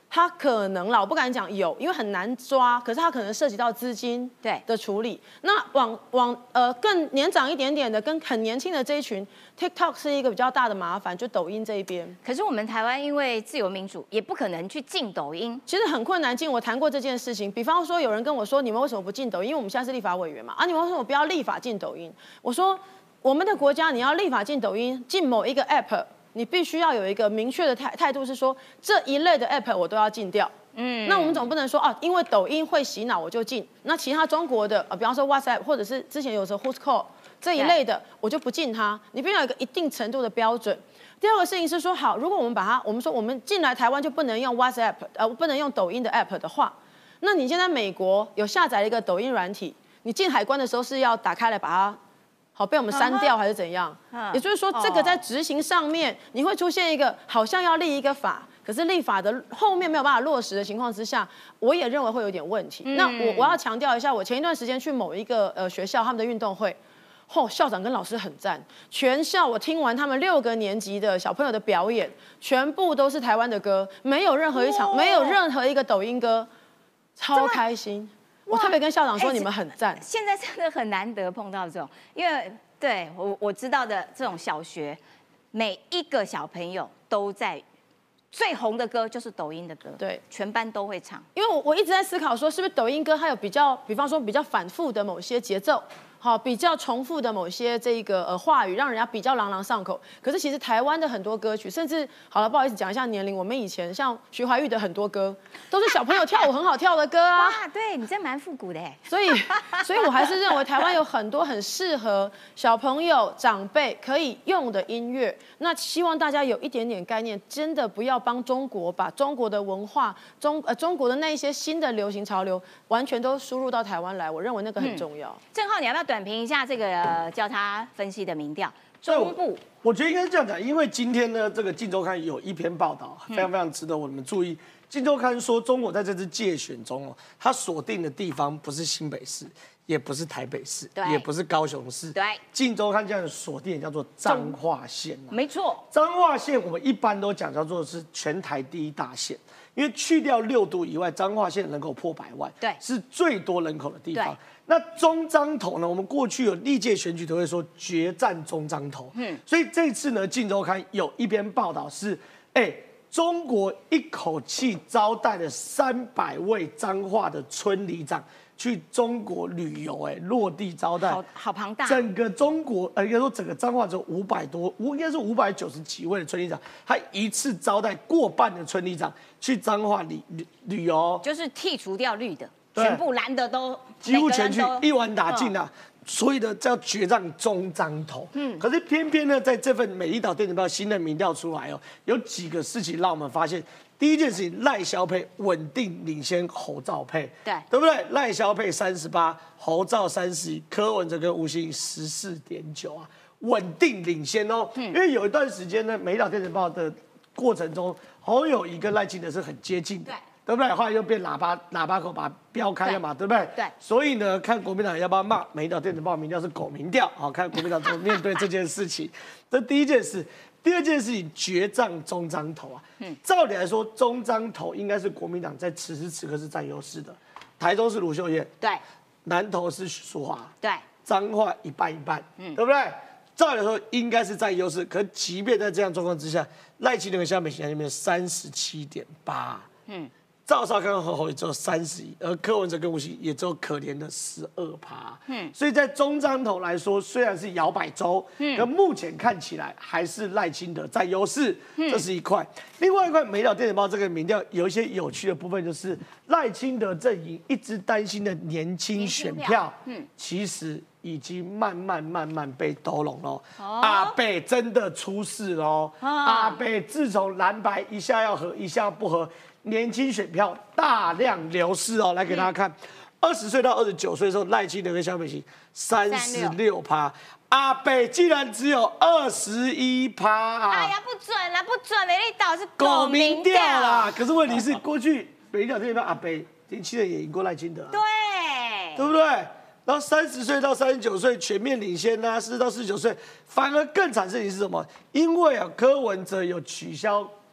他可能啦，我不敢讲有，因为很难抓。可是他可能涉及到资金对的处理。那往往呃更年长一点点的，跟很年轻的这一群 ，TikTok 是一个比较大的麻烦，就抖音这一边。 可是我们台湾因为自由民主，也不可能去禁抖音。 其实很困难禁。我谈过这件事情，比方说有人跟我说，你们为什么不禁抖音？因为我们现在是立法委员嘛，啊，你们为什么不要立法禁抖音？我说我们的国家你要立法禁抖音，禁某一个 App。你必须要有一个明确的态态度，是说这一类的 app 我都要禁掉。嗯，那我们总不能说啊，因为抖音会洗脑我就禁，那其他中国的呃，比方说 WhatsApp 或者是之前有时候 Who's Call 这一类的，我就不禁它。你必须要有一个一定程度的标准。第二个事情是说，好，如果我们把它，我们说我们进来台湾就不能用 WhatsApp， 呃，不能用抖音的 app 的话，那你现在美国有下载了一个抖音软体，你进海关的时候是要打开来把它。好被我们删掉还是怎样？也就是说，这个在执行上面，你会出现一个好像要立一个法，可是立法的后面没有办法落实的情况之下，我也认为会有点问题。那我我要强调一下，我前一段时间去某一个呃学校他们的运动会，嚯、哦，校长跟老师很赞，全校我听完他们六个年级的小朋友的表演，全部都是台湾的歌，没有任何一场，没有任何一个抖音歌，超开心。我特别跟校长说，你们很赞。 现在真的很难得碰到这种，因为对我我知道的这种小学，每一个小朋友都在最红的歌就是抖音的歌， 对， 全班都会唱。 因为我我一直在思考说，是不是抖音歌它有比较，比方说比较反复的某些节奏。好，比较重复的某些这个呃话语，让人家比较朗朗上口。可是其实台湾的很多歌曲，甚至好了，不好意思讲一下年龄，我们以前像徐怀钰的很多歌，都是小朋友跳舞很好跳的歌啊。 哇，对你这蛮复古的哎。 所以，所以我还是认为台湾有很多很适合小朋友、长辈可以用的音乐。那希望大家有一点点概念，真的不要帮中国把中国的文化、中呃中国的那一些新的流行潮流，完全都输入到台湾来。我认为那个很重要。 嗯、正浩，你要不要短评一下这个、呃、叫他分析的民调？中部， 我觉得应该是这样讲，因为今天呢，这个《镜周刊》有一篇报道，非常非常值得我们注意。嗯《镜周刊》说，中国在这次介选中哦，它锁定的地方不是新北市，也不是台北市，也不是高雄市。 对，《 镜周刊》这样的锁定叫做彰化县、啊。 没错， 彰化县我们一般都讲叫做是全台第一大县，因为去掉六都以外，彰化县人口破百万， 对， 是最多人口的地方。那中彰投呢？我们过去有历届选举都会说决战中彰投，嗯，所以这次呢，《镜周刊》有一篇报道是，哎、欸。中国一口气招待了三百位彰化的村里长去中国旅游，哎，落地招待， 好好庞大。 整个中国，呃，应该说整个彰化只有五百多，五应该是五百九十几位的村里长，他一次招待过半的村里长去彰化旅旅旅游， 就是剔除掉绿的，全部蓝的都几乎全去，一网打尽啊。嗯所以呢，叫决战中彰投。嗯，可是偏偏呢，在这份《美丽岛电子报》新的民调出来哦，有几个事情让我们发现。第一件事情，赖萧配稳定领先侯兆配， 对对不对？赖萧配三十八，侯兆三十一，柯文哲跟吴欣盈十四点九啊，稳定领先哦。嗯，因为有一段时间呢，《美丽岛电子报》的过程中，侯友宜跟赖清德是很接近的。对。对不对？后来又变喇叭喇叭口把它标开了嘛， 对, 对不对？ 对。 所以呢，看国民党要不要骂《美丽岛电子报》民调是狗民调，好看国民党怎么面对这件事情。这第一件事，第二件事情，决战中彰投啊。嗯。照理来说，中彰投应该是国民党在此时此刻是占优势的。台中是卢秀燕， 对。 南投是许淑华， 对。 彰化一半一半，嗯，对不对？照理说应该是占优势，可即便在这样状况之下，赖清德跟萧美琴那边三十七点八，嗯。赵少康和侯也只有三十一，而柯文哲跟吴欣盈也只有可怜的十二趴。嗯，所以在中彰投来说，虽然是摇摆州，嗯，可目前看起来还是赖清德占优势，嗯，这是一块。另外一块，《美丽岛电子报》这个民调有一些有趣的部分，就是赖清德阵营一直担心的年轻选票，嗯，其实已经慢慢慢慢被兜拢了。哦、阿北真的出事喽！哦、阿北自从蓝白一下要合，一下不合。年轻选票大量流失哦，来给大家看，二十岁到二十九岁的时候，赖清德跟萧美琴三十六趴，阿北竟然只有二十一趴啊！ 哎呀，不准啦，不准！美丽岛是狗民调啦。可是问题是，过去美丽岛这边阿北年轻人也赢过赖清德啊， 对， 对不对？然后三十岁到三十九岁全面领先呐、啊，四十到四十九岁反而更惨事情是什么？因为啊，柯文哲有取消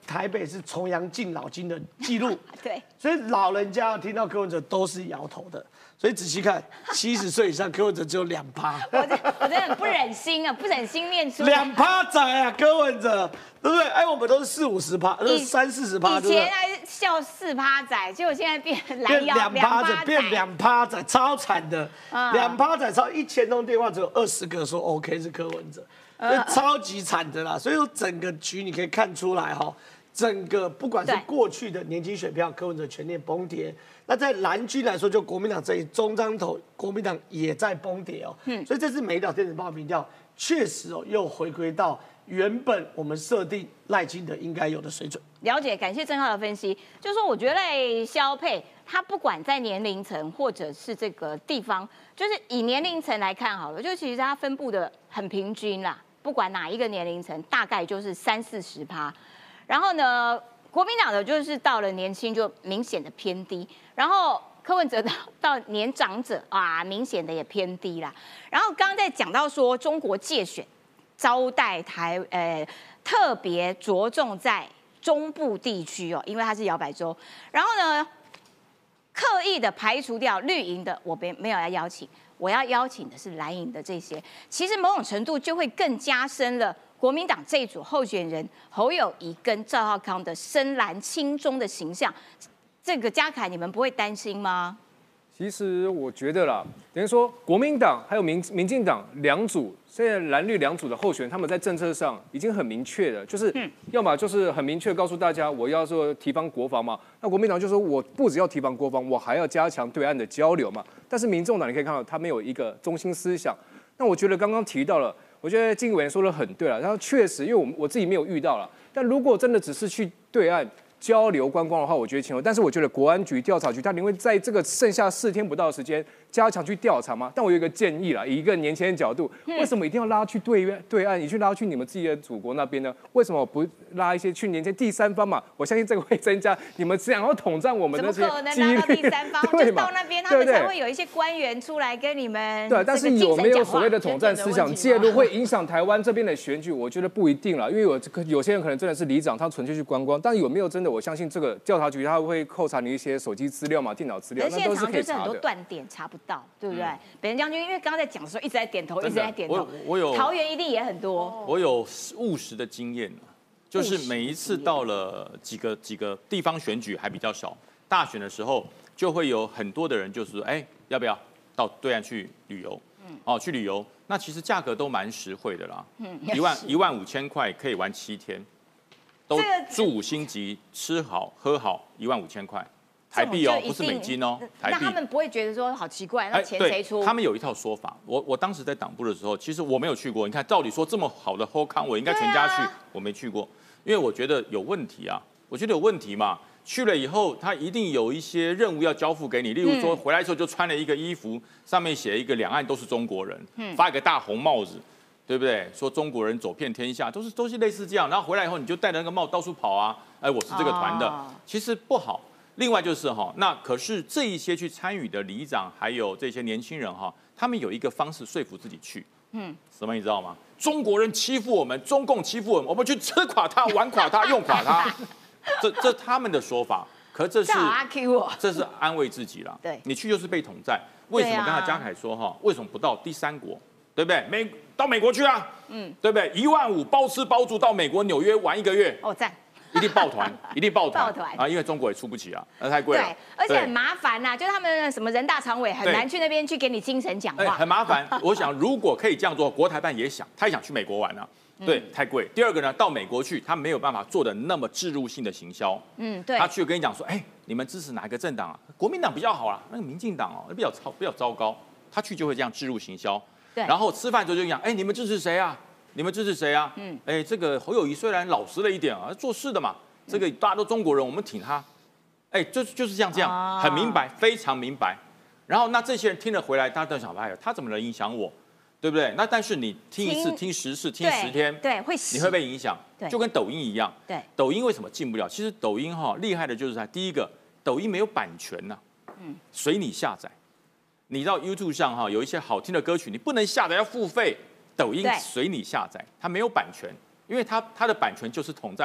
台北是重阳敬老金的记录。 对， 所以老人家听到柯文哲都是摇头的。所以仔细看，七十岁以上柯文哲只有两趴。 我真我真的很不忍心啊，不忍心念出两趴仔啊，柯文哲，对不对？哎，我们都是四五十趴，都是三四十趴， 以前还笑四趴仔，结果现在变蓝腰两趴仔，变两趴仔，超惨的。两趴仔超一千通电话只有二十个说 OK 是柯文哲，所以超级惨的啦。所以说整个局你可以看出来哈。整个不管是过去的年轻选票，柯文哲全面崩跌。那在蓝军来说，就国民党这一中彰投，国民党也在崩跌哦。嗯，所以这次美岛电子报民调确实哦，又回归到原本我们设定赖清德应该有的水准。 了解，感谢郑浩的分析。就是说，我觉得萧配他不管在年龄层或者是这个地方，就是以年龄层来看好了，就其实它分布的很平均啦，不管哪一个年龄层，大概就是三四十趴。然后呢，国民党的就是到了年轻就明显的偏低，然后柯文哲到到年长者啊，明显的也偏低啦。然后刚刚在讲到说中国介选招待台，呃，特别着重在中部地区哦，因为它是摇摆州。然后呢，刻意的排除掉绿营的，我没没有要邀请，我要邀请的是蓝营的这些。其实某种程度就会更加深了。国民党这一组候选人侯友宜跟赵少康的深蓝亲中的形象，这个嘉凯你们不会担心吗？ 其实我觉得啦，等于说国民党还有民民进党两组，现在蓝绿两组的候选人，他们在政策上已经很明确了，就是要么就是很明确告诉大家我要说提防国防嘛，那国民党就说我不只要提防国防，我还要加强对岸的交流嘛。但是民众党你可以看到，他没有一个中心思想。那我觉得刚刚提到了。我觉得金委员说的很对了，然后确实，因为我我自己没有遇到了，但如果真的只是去对岸交流观光的话，我觉得情有。但是我觉得国安局调查局，他宁会在这个剩下四天不到的时间加强去调查吗？但我有一个建议啦，以一个年轻人的角度，为什么一定要拉去对岸对岸，你去拉去你们自己的祖国那边呢？为什么不拉一些去年轻第三方嘛？我相信这个会增加你们想要统战我们的这些怎么可能拉到第三方？就到那边，他们才会有一些官员出来跟你们对，但是有没有所谓的统战思想介入，会影响台湾这边的选举？我觉得不一定啦，因为有有些人可能真的是里长，他纯粹去观光，但有没有真的？我相信这个调查局他会扣查你一些手机资料嘛、电脑资料，那都是可以查的。 就是很多断点查不到，对不对？嗯、北辰将军，因为刚刚在讲的时候一直在点头，一直在点头。 我我有桃园一定也很多。 我有务实的经验，就是每一次到了几个几个地方选举还比较少，大选的时候就会有很多的人就是说，哎，要不要到对岸去旅游？嗯，哦，去旅游，那其实价格都蛮实惠的啦，嗯，一万一万五千块可以玩七天。都住五星级，吃好喝好，一万五千块台币哦，不是美金哦，台币。 那他们不会觉得说好奇怪，那钱谁出？ 他们有一套说法。我我当时在党部的时候，其实我没有去过。你看，照理说这么好的后康，我应该全家去，我没去过，因为我觉得有问题啊。我觉得有问题嘛。去了以后，他一定有一些任务要交付给你，例如说回来之后就穿了一个衣服，上面写一个两岸都是中国人，发一个大红帽子。对不对？说中国人走遍天下，都是都是类似这样。然后回来以后，你就戴着那个帽到处跑啊！哎，我是这个团的，哦、其实不好。另外就是哈，那可是这一些去参与的里长，还有这些年轻人哈，他们有一个方式说服自己去。嗯，什么你知道吗？中国人欺负我们，中共欺负我们，我们去吃垮他，玩垮他，用垮他。这这他们的说法，可这是这是安慰自己啦。 对， 你去就是被统战。为什么刚才嘉凯说哈？为什么不到第三国？对不对？美到美国去啊，嗯，对不对？一万五包吃包住到美国纽约玩一个月， 哦赞， 一定抱团，一定抱团， 抱团啊！因为中国也出不起啊，那太贵了。 对，而且很麻烦呐、啊，就他们什么人大常委很难去那边去给你精神讲话， 很麻烦。我想如果可以这样做，国台办也想，他也想去美国玩啊。对，嗯、太贵。第二个呢，到美国去，他没有办法做的那么置入性的行销。嗯，对。他去跟你讲说，哎，你们支持哪一个政党啊？国民党比较好啦，那个民进党哦，比较超比较糟糕。他去就会这样置入行销。然后吃饭之后就讲，哎，你们支持谁啊？你们支持谁啊？嗯，哎，这个侯友宜虽然老实了一点啊，做事的嘛，这个大家都中国人，我们挺他。哎，就就是这样这样，很明白，非常明白。然后那这些人听了回来，大家都想，哎呀，他怎么能影响我？对不对？那但是你听一次、听十次、听十天， 对，会你会被影响，就跟抖音一样。 对， 抖音为什么进不了？其实抖音哈厉害的就是它，第一个，抖音没有版权呐，嗯，随你下载。你到 YouTube 上哈有一些好听的歌曲，你不能下载要付费。抖音随你下载，它没有版权，因为它它的版权就是统战你，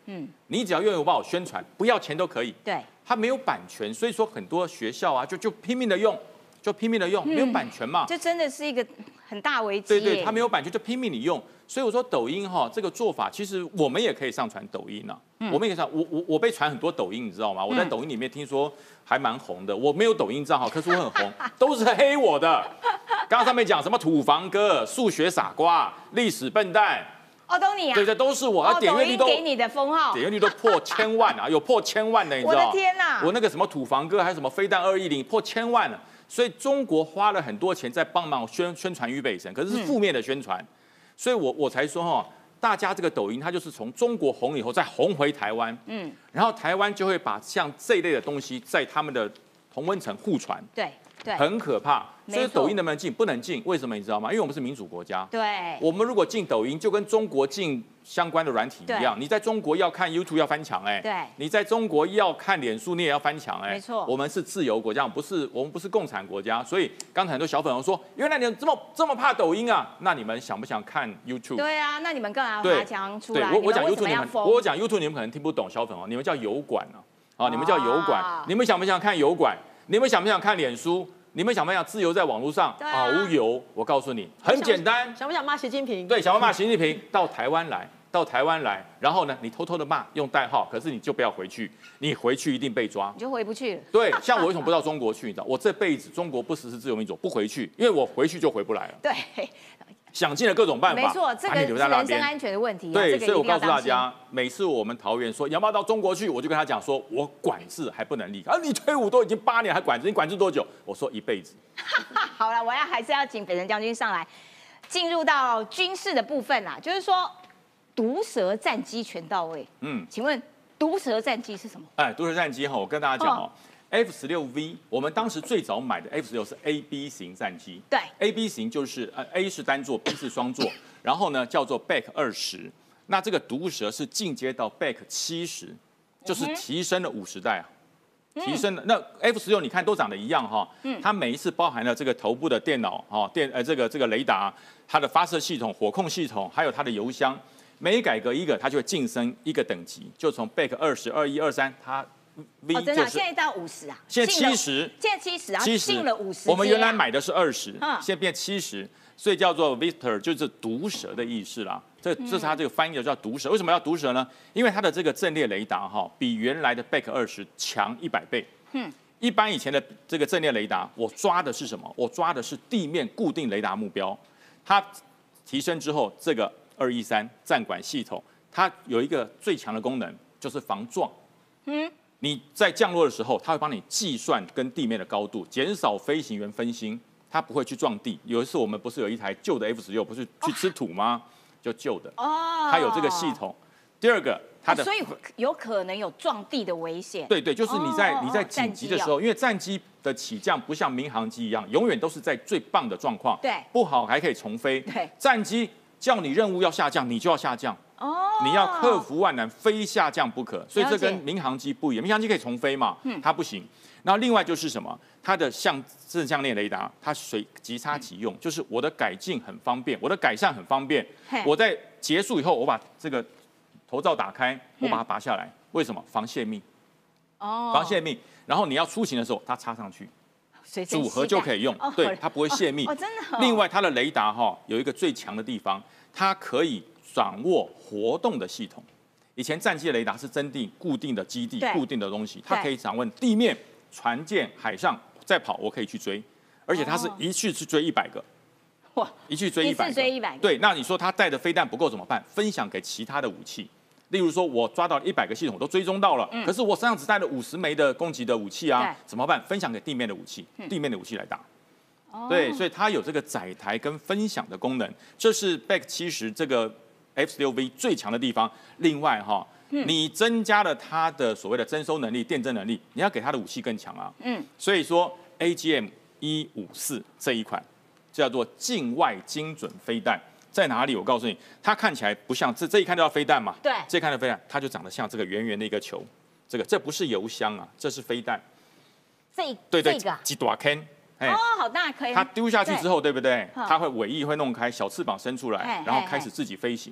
嗯， 你只要愿意帮我宣传，不要钱都可以。 对， 它没有版权，所以说很多学校啊，就就拼命的用，就拼命的用，没有版权嘛。 这真的是一个很大危机。 对对，它没有版权就拼命你用。所以我说抖音哈这个做法，其实我们也可以上传抖音啊。嗯、我们也上，我我我被传很多抖音，你知道吗？我在抖音里面听说还蛮红的。我没有抖音账号，可是我很红，都是黑我的。刚刚上面讲什么土房哥、数学傻瓜、历史笨蛋， 哦，都你啊？ 对对，都是我。 哦， 点阅率都给你的封号， 点阅率都破千万啊，有破千万的，你知道？ 我的天哪！ 我那个什么土房哥，还有什么飞弹二一零，破千万了。所以中国花了很多钱在帮忙宣宣传俞北辰，可是是负面的宣传。嗯、所以我我才说哈，大家这个抖音它就是从中国红以后再红回台湾，嗯，然后台湾就会把像这一类的东西在他们的同温层互传， 对对， 很可怕。所以抖音能不能进？不能进，为什么你知道吗？因为我们是民主国家。 对， 我们如果进抖音，就跟中国进相关的软体一样。你在中国要看 YouTube 要翻墙哎， 对， 你在中国要看脸书你也要翻墙哎， 没错。 我们是自由国家，不是我们不是共产国家。所以刚才很多小粉红说，原来你们这么这么怕抖音啊？那你们想不想看 YouTube？ 对啊，那你们干嘛要拿枪出来？ 对，我我讲 YouTube 你们，我讲 YouTube 你们可能听不懂，小粉红，你们叫油管啊，啊，你们叫油管，你们想不想看油管？你们想不想看脸书？你们想不想自由在网络上遨游？我告诉你，很简单。 想不想骂习近平？ 对，想不想骂习近平？到台湾来，到台湾来，然后呢，你偷偷的骂，用代号，可是你就不要回去，你回去一定被抓， 你就回不去了。 对，像我为什么不到中国去？你知道，我这辈子中国不实施自由民主，不回去，因为我回去就回不来了。 对。 想尽了各种办法， 没错，这个是人身安全的问题、啊。 对， 这个所以我告诉大家，每次我们桃园说你要不要到中国去，我就跟他讲说，我管制还不能离开。啊，你退伍都已经八年还管制，你管制多久？我说一辈子。 好了，我要还是要请北辰将军上来，进入到军事的部分啦，就是说毒蛇战机全到位。嗯，请问毒蛇战机是什么？ 哎，毒蛇战机哈，我跟大家讲哦。F 十六 V， 我们当时最早买的 F 十六是 A B 型战机。 对 ，A B 型就是呃 A 是单座 ，B 是双座，然后呢叫做 Back 二十。那这个毒蛇是进阶到 Back 七十，就是提升了五十代啊，嗯、提升了。那 F 十六你看都长得一样哈，嗯，它每一次包含了这个头部的电脑哈电呃这个这个雷达，它的发射系统、火控系统，还有它的油箱，每改革一个，它就会晋升一个等级，就从 Back 二十、二一、二三，它。V 哦，真的、啊，现在到五十啊， 现在七十， 现在七十啊， 七十进了五十、 啊。我们原来买的是二十、 嗯， 现在变七十，所以叫做 Victor， 就是毒蛇的意思啦。这这是它这个翻译的叫毒蛇。为什么要毒蛇呢？因为它的这个阵列雷达哈，比原来的 Back 二十强一百倍。嗯，一般以前的这个阵列雷达，我抓的是什么？我抓的是地面固定雷达目标。它提升之后，这个二一三战管系统，它有一个最强的功能，就是防撞。嗯。你在降落的时候，它会帮你计算跟地面的高度，减少飞行员分心，它不会去撞地。有一次我们不是有一台旧的 F 十六，不是去吃土吗？就旧的，哦，它有这个系统。第二个，它的、 哦、所以有可能有撞地的危险。 对对，就是你在、哦、你在紧急的时候，因为战机的起降不像民航机一样，永远都是在最棒的状况， 对， 不好还可以重飞。 对， 战机叫你任务要下降，你就要下降。哦，你要克服万难，非下降不可，所以这跟民航机不一样。民航机可以重飞嘛，嗯，它不行。然后另外就是什么，它的像正向链雷达，它随即插即用，就是我的改进很方便，我的改善很方便。我在结束以后，我把这个头罩打开，我把它拔下来，嗯、为什么？防泄密。哦，防泄密。然后你要出行的时候，它插上去，组合就可以用，哦、对，它不会泄密。 哦，真的、哦。 另外，它的雷达哈、哦、有一个最强的地方，它可以掌握活动的系统。以前战机的雷达是真定固定的基地、固定的东西，它可以掌握地面、船舰、海上再跑，我可以去追，而且它是一去去追一百个，哇，一去追一百个， 一次追一百个。 对，那你说它带的飞弹不够怎么办？分享给其他的武器，例如说我抓到一百个系统我都追踪到了，嗯、可是我身上只带了五十枚的攻击的武器啊，怎么办？分享给地面的武器，嗯、地面的武器来打。对，所以它有这个载台跟分享的功能，这是 Back 七十这个 F 十六 V 最强的地方。另外哈，嗯、你增加了它的所谓的征收能力、电侦能力，你要给它的武器更强啊。嗯，所以说 A G M 一五四这一款叫做境外精准飞弹，在哪里？我告诉你，它看起来不像这这一看就要飞弹嘛。 对， 这一看到飞弹，它就长得像这个圆圆的一个球。这个这不是油箱啊，这是飞弹。 这对对， 这个几大坑。 哦，好大可以。 它丢下去之后，对不对？它会尾翼会弄开，小翅膀伸出来，然后开始自己飞行。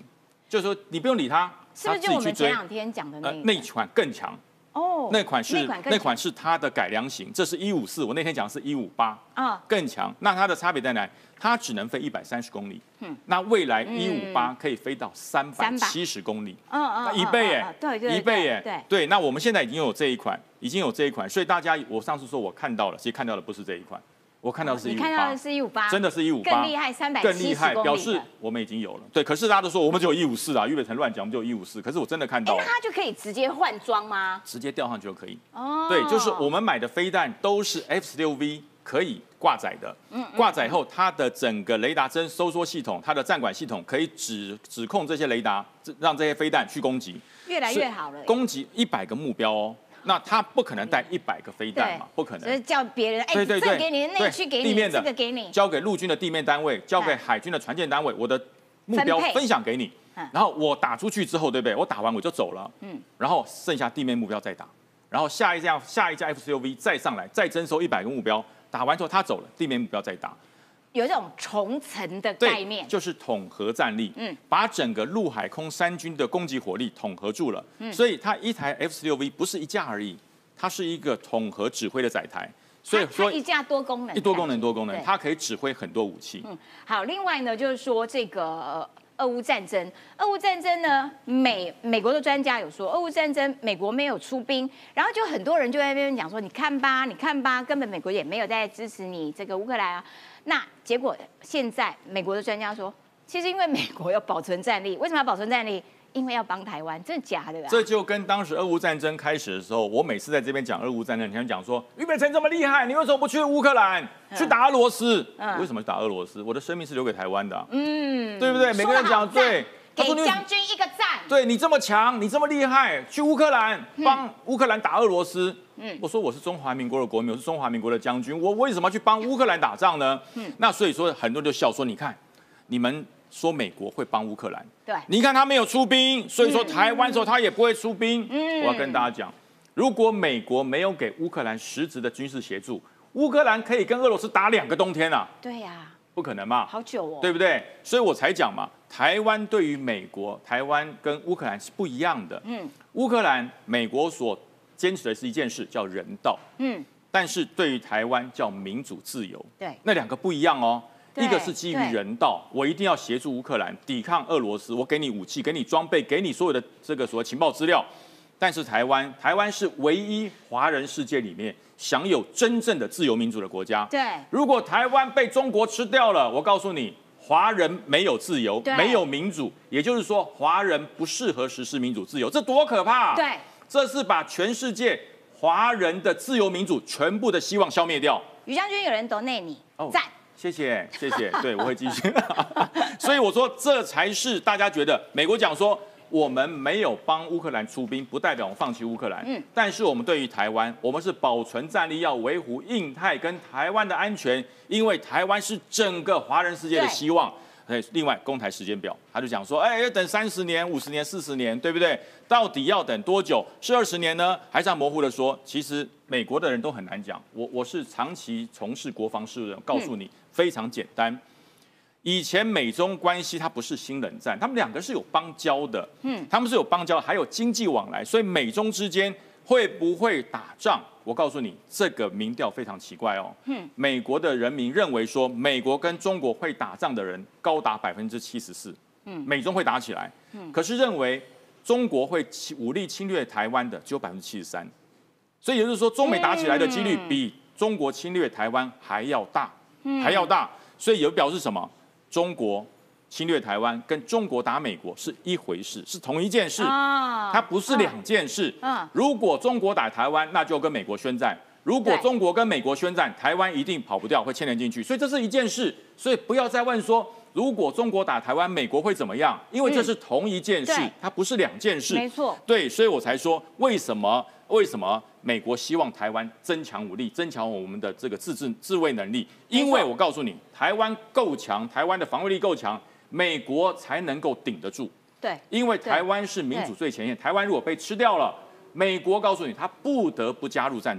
就是说你不用理它， 是不是就我们前两天讲的那呃那款更强？哦，那款是那款是它的改良型，这是一五四，我那天讲的是一五八，啊，更强。那它的差别在哪里？它只能飞一百三十公里，嗯，那未来一五八可以飞到三百七十公里，嗯嗯，一倍哎， 对对， 一倍哎， 对对。那我们现在已经有这一款，已经有这一款，所以大家，我上次说我看到了，其实看到的不是这一款。我看到的是一五八， 你看到的是一五八， 真的是一五八， 更厉害，三百更厉害，表示我们已经有了。对，可是大家都说我们只有一五四啊，俞北辰乱讲，我们只有一五四。可是我真的看到了， 那它就可以直接换装吗？ 直接吊上去就可以。哦，对，就是我们买的飞弹都是 F 十六 V 可以挂载的。嗯，挂载后，它的整个雷达针收缩系统，它的战管系统可以指指控这些雷达，让这些飞弹去攻击， 越来越好了。 攻击一百个目标哦。那他不可能带一百个飞弹嘛，不可能。 所以叫别人，哎，这个给你，那区给你，这个给你， 交给陆军的地面单位，交给海军的船舰单位，我的目标分享给你，然后我打出去之后，对不对？我打完我就走了，嗯，然后剩下地面目标再打，然后下一架下一架 F 十六 V 再上来，再征收一百个目标，打完之后他走了，地面目标再打。 有一种重层的概念， 就是统合战力，嗯，把整个陆海空三军的攻击火力统合住了，嗯，所以它一台 F 十六 V 不是一架而已，它是一个统合指挥的载台， 所以说一架多功能， 一多功能多功能，它可以指挥很多武器。嗯， 好，另外呢，就是说这个俄乌战争，俄乌战争呢，美美国的专家有说，俄乌战争美国没有出兵，然后就很多人就在那边讲说，你看吧，你看吧，根本美国也没有在支持你这个乌克兰啊。那结果现在美国的专家说，其实因为美国要保存战力，为什么要保存战力？因为要帮台湾，真的假的啊？ 这就跟当时俄乌战争开始的时候，我每次在这边讲俄乌战争，你想讲说，俞北辰这么厉害，你为什么不去乌克兰，去打俄罗斯？嗯、为什么去打俄罗斯？我的生命是留给台湾的、啊，嗯，对不对？每个人讲对。 给将军一个赞。 对你这么强，你这么厉害，去乌克兰帮乌克兰打俄罗斯。嗯，我说我是中华民国的国民，我是中华民国的将军，我为什么去帮乌克兰打仗呢？嗯，那所以说很多人就笑说，你看，你们说美国会帮乌克兰， 对， 你看他没有出兵，所以说台湾时候他也不会出兵。嗯，我要跟大家讲，如果美国没有给乌克兰实质的军事协助，乌克兰可以跟俄罗斯打两个冬天啊。 对呀、啊。 不可能嘛， 好久哦， 对不对？所以我才讲嘛，台湾对于美国，台湾跟乌克兰是不一样的。嗯，乌克兰美国所坚持的是一件事，叫人道。嗯，但是对于台湾叫民主自由。 对， 那两个不一样哦。一个是基于人道，我一定要协助乌克兰抵抗俄罗斯，我给你武器，给你装备，给你所有的这个所谓情报资料。但是台湾，台湾是唯一华人世界里面享有真正的自由民主的国家。 对， 如果台湾被中国吃掉了，我告诉你，华人没有自由，没有民主，也就是说，华人不适合实施民主自由，这多可怕！ 对， 这是把全世界华人的自由民主全部的希望消灭掉。 于将军，有人抖内你赞。 谢谢谢谢，对我会继续。所以我说，这才是大家觉得美国讲说。我们没有帮乌克兰出兵，不代表我们放弃乌克兰。嗯，但是我们对于台湾，我们是保存战力，要维护印太跟台湾的安全，因为台湾是整个华人世界的希望。哎，另外公台时间表，他就讲说，哎，要等三十年、五十年、四十年，对不对？到底要等多久？是二十年呢，还是要模糊的说？其实美国的人都很难讲。我我是长期从事国防事务的人，告诉你、嗯、非常简单。以前美中关系它不是新冷战，他们两个是有邦交的，嗯，他们是有邦交，还有经济往来，所以美中之间会不会打仗？我告诉你，这个民调非常奇怪哦，嗯，美国的人民认为说美国跟中国会打仗的人高达百分之七十四，嗯，美中会打起来，嗯，可是认为中国会武力侵略台湾的只有百分之七十三，所以也就是说，中美打起来的几率比中国侵略台湾还要大，嗯，还要大，所以也表示什么？中国侵略台湾跟中国打美国是一回事，是同一件事，哦、它不是两件事。嗯、如果中国打台湾，那就跟美国宣战；如果中国跟美国宣战，台湾一定跑不掉，会牵连进去。所以这是一件事。所以不要再问说，如果中国打台湾，美国会怎么样？因为这是同一件事，嗯、它不是两件事。 没错。 对，所以我才说，为什么为什么美国希望台湾增强武力，增强我们的这个自治自卫能力？因为我告诉你，台湾够强，台湾的防卫力够强，美国才能够顶得住。 对， 因为台湾是民主最前线，台湾如果被吃掉了，美国告诉你，他不得不加入战争。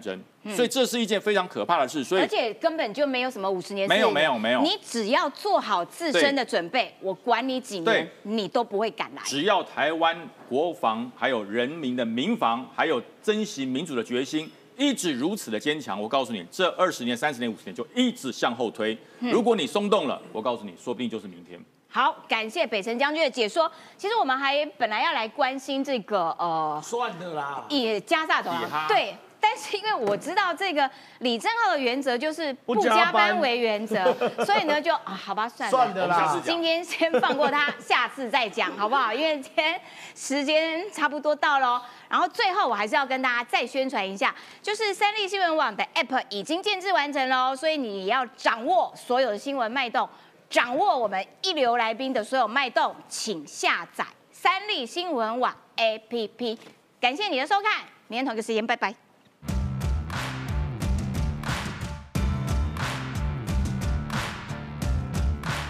所以这是一件非常可怕的事。所以而且根本就没有什么五十年， 没有没有没有， 你只要做好自身的准备，我管你几年，你都不会赶来。 只要台湾国防还有人民的民防，还有珍惜民主的决心。一直如此的坚强，我告诉你，这二十年、三十年、五十年就一直向后推。如果你松动了，我告诉你，说不定就是明天。 好，感谢北辰将军的解说。其实我们还本来要来关心这个呃， 算了啦， 也加萨头啊，对。但是因为我知道这个李正浩的原则就是不加班为原则，所以呢就啊好吧算了， 算了啦， 今天先放过他，下次再讲好不好？因为今天时间差不多到了。然后最后我还是要跟大家再宣传一下，就是三立新闻网的 App 已经建制完成喽，所以你要掌握所有的新闻脉动，掌握我们一流来宾的所有脉动，请下载三立新闻网 A P P。感谢你的收看，明天同一个时间，拜拜。